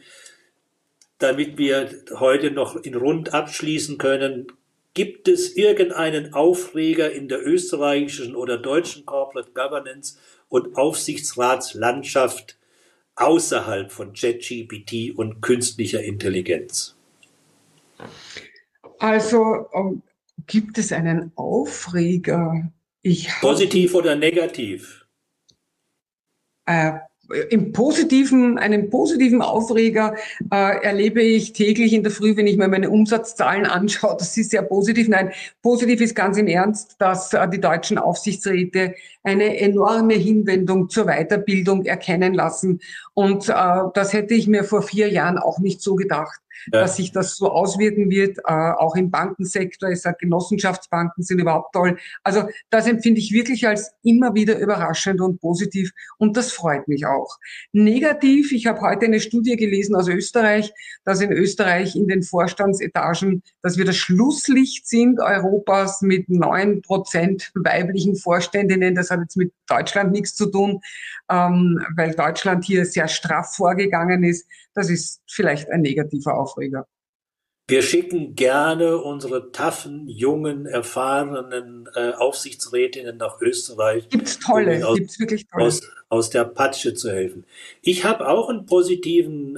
damit wir heute noch in rund abschließen können. Gibt es irgendeinen Aufreger in der österreichischen oder deutschen Corporate Governance und Aufsichtsratslandschaft außerhalb von ChatGPT und künstlicher Intelligenz? Also gibt es einen Aufreger? Positiv oder negativ? Einen positiven Aufreger erlebe ich täglich in der Früh, wenn ich mir meine Umsatzzahlen anschaue. Das ist sehr positiv. Nein, positiv ist ganz im Ernst, dass die deutschen Aufsichtsräte eine enorme Hinwendung zur Weiterbildung erkennen lassen. Und das hätte ich mir vor 4 Jahren auch nicht so gedacht, dass sich das so auswirken wird, auch im Bankensektor. Ich sage, Genossenschaftsbanken sind überhaupt toll. Also das empfinde ich wirklich als immer wieder überraschend und positiv und das freut mich auch. Negativ, ich habe heute eine Studie gelesen aus Österreich, dass in Österreich in den Vorstandsetagen, dass wir das Schlusslicht sind Europas mit 9% weiblichen Vorständinnen. Das hat jetzt mit Deutschland nichts zu tun, weil Deutschland hier sehr straff vorgegangen ist. Das ist vielleicht ein negativer Aufreger. Wir schicken gerne unsere taffen, jungen, erfahrenen Aufsichtsrätinnen nach Österreich. Gibt's wirklich tolle. Aus der Patsche zu helfen. Ich habe auch einen positiven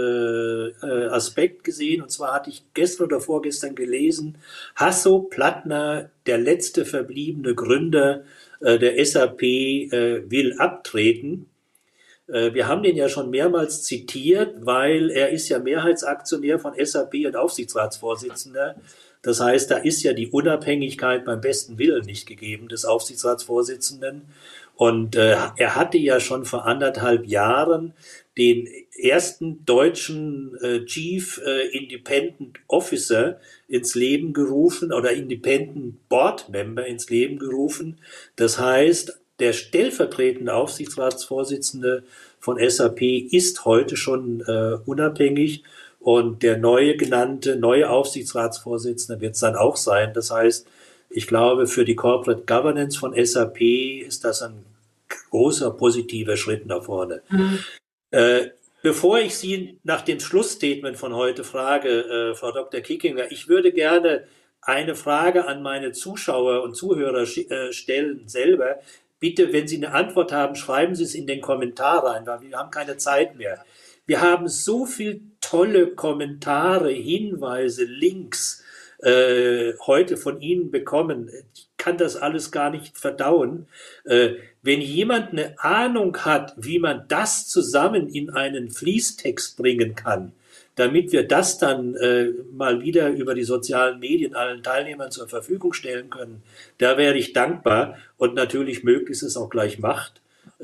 Aspekt gesehen, und zwar hatte ich gestern oder vorgestern gelesen, Hasso Plattner, der letzte verbliebene Gründer der SAP, will abtreten. Wir haben den ja schon mehrmals zitiert, weil er ist ja Mehrheitsaktionär von SAP und Aufsichtsratsvorsitzender. Das heißt, da ist ja die Unabhängigkeit beim besten Willen nicht gegeben des Aufsichtsratsvorsitzenden. Und er hatte ja schon vor 1,5 Jahren den ersten deutschen Chief Independent Officer ins Leben gerufen oder Independent Board Member ins Leben gerufen. Das heißt, der stellvertretende Aufsichtsratsvorsitzende von SAP ist heute schon unabhängig und der neue Aufsichtsratsvorsitzende wird es dann auch sein. Das heißt, ich glaube, für die Corporate Governance von SAP ist das ein großer positiver Schritt nach vorne. Mhm. Bevor ich Sie nach dem Schlussstatement von heute frage, Frau Dr. Kickinger, ich würde gerne eine Frage an meine Zuschauer und Zuhörer stellen selber. Bitte, wenn Sie eine Antwort haben, schreiben Sie es in den Kommentar rein, weil wir haben keine Zeit mehr. Wir haben so viel tolle Kommentare, Hinweise, Links heute von Ihnen bekommen. Ich kann das alles gar nicht verdauen. Wenn jemand eine Ahnung hat, wie man das zusammen in einen Fließtext bringen kann, damit wir das dann mal wieder über die sozialen Medien allen Teilnehmern zur Verfügung stellen können, da wäre ich dankbar und natürlich möglichst es auch gleich macht,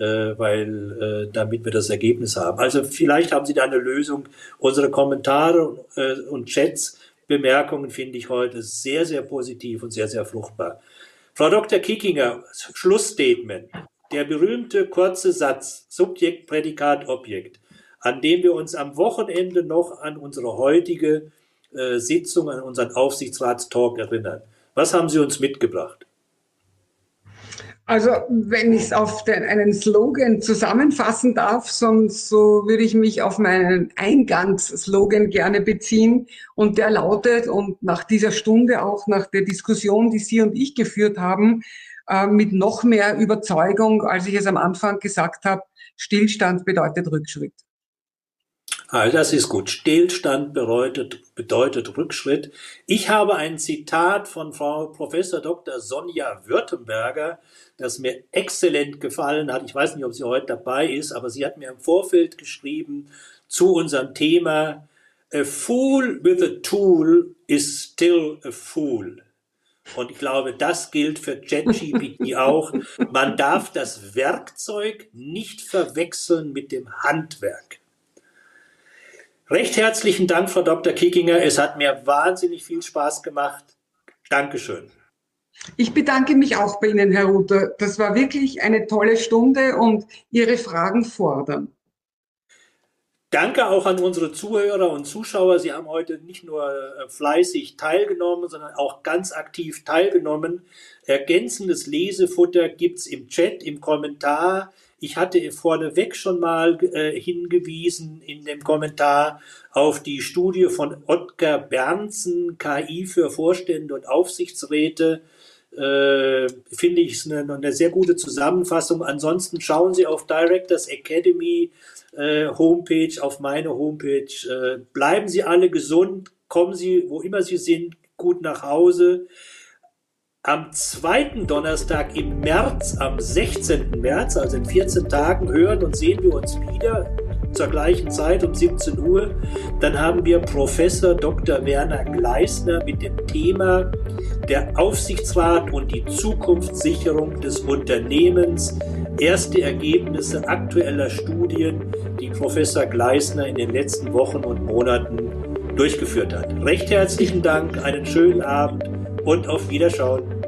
weil damit wir das Ergebnis haben. Also vielleicht haben Sie da eine Lösung. Unsere Kommentare und Chats, Bemerkungen finde ich heute sehr, sehr positiv und sehr, sehr fruchtbar. Frau Dr. Kickinger, Schlussstatement. Der berühmte kurze Satz, Subjekt, Prädikat, Objekt, an dem wir uns am Wochenende noch an unsere heutige Sitzung, an unseren Aufsichtsratstalk erinnern. Was haben Sie uns mitgebracht? Also wenn ich es auf einen Slogan zusammenfassen darf, sonst so würde ich mich auf meinen Eingangsslogan gerne beziehen. Und der lautet, und nach dieser Stunde auch nach der Diskussion, die Sie und ich geführt haben, mit noch mehr Überzeugung, als ich es am Anfang gesagt habe, Stillstand bedeutet Rückschritt. Das ist gut. Stillstand bedeutet Rückschritt. Ich habe ein Zitat von Frau Professor Dr. Sonja Württemberger, das mir exzellent gefallen hat. Ich weiß nicht, ob sie heute dabei ist, aber sie hat mir im Vorfeld geschrieben zu unserem Thema: A fool with a tool is still a fool. Und ich glaube, das gilt für ChatGPT auch. Man darf das Werkzeug nicht verwechseln mit dem Handwerk. Recht herzlichen Dank, Frau Dr. Kickinger. Es hat mir wahnsinnig viel Spaß gemacht. Dankeschön. Ich bedanke mich auch bei Ihnen, Herr Ruther. Das war wirklich eine tolle Stunde und Ihre Fragen fordern. Danke auch an unsere Zuhörer und Zuschauer. Sie haben heute nicht nur fleißig teilgenommen, sondern auch ganz aktiv teilgenommen. Ergänzendes Lesefutter gibt's im Chat, im Kommentar. Ich hatte vorneweg schon mal hingewiesen in dem Kommentar auf die Studie von Ottgar Berndsen, KI für Vorstände und Aufsichtsräte. Finde ich es eine sehr gute Zusammenfassung. Ansonsten schauen Sie auf Directors Academy Homepage, auf meine Homepage. Bleiben Sie alle gesund, kommen Sie, wo immer Sie sind, gut nach Hause. Am zweiten Donnerstag im März, am 16. März, also in 14 Tagen, hören und sehen wir uns wieder zur gleichen Zeit um 17 Uhr. Dann haben wir Professor Dr. Werner Gleisner mit dem Thema der Aufsichtsrat und die Zukunftssicherung des Unternehmens. Erste Ergebnisse aktueller Studien, die Professor Gleisner in den letzten Wochen und Monaten durchgeführt hat. Recht herzlichen Dank, einen schönen Abend und auf Wiederschauen.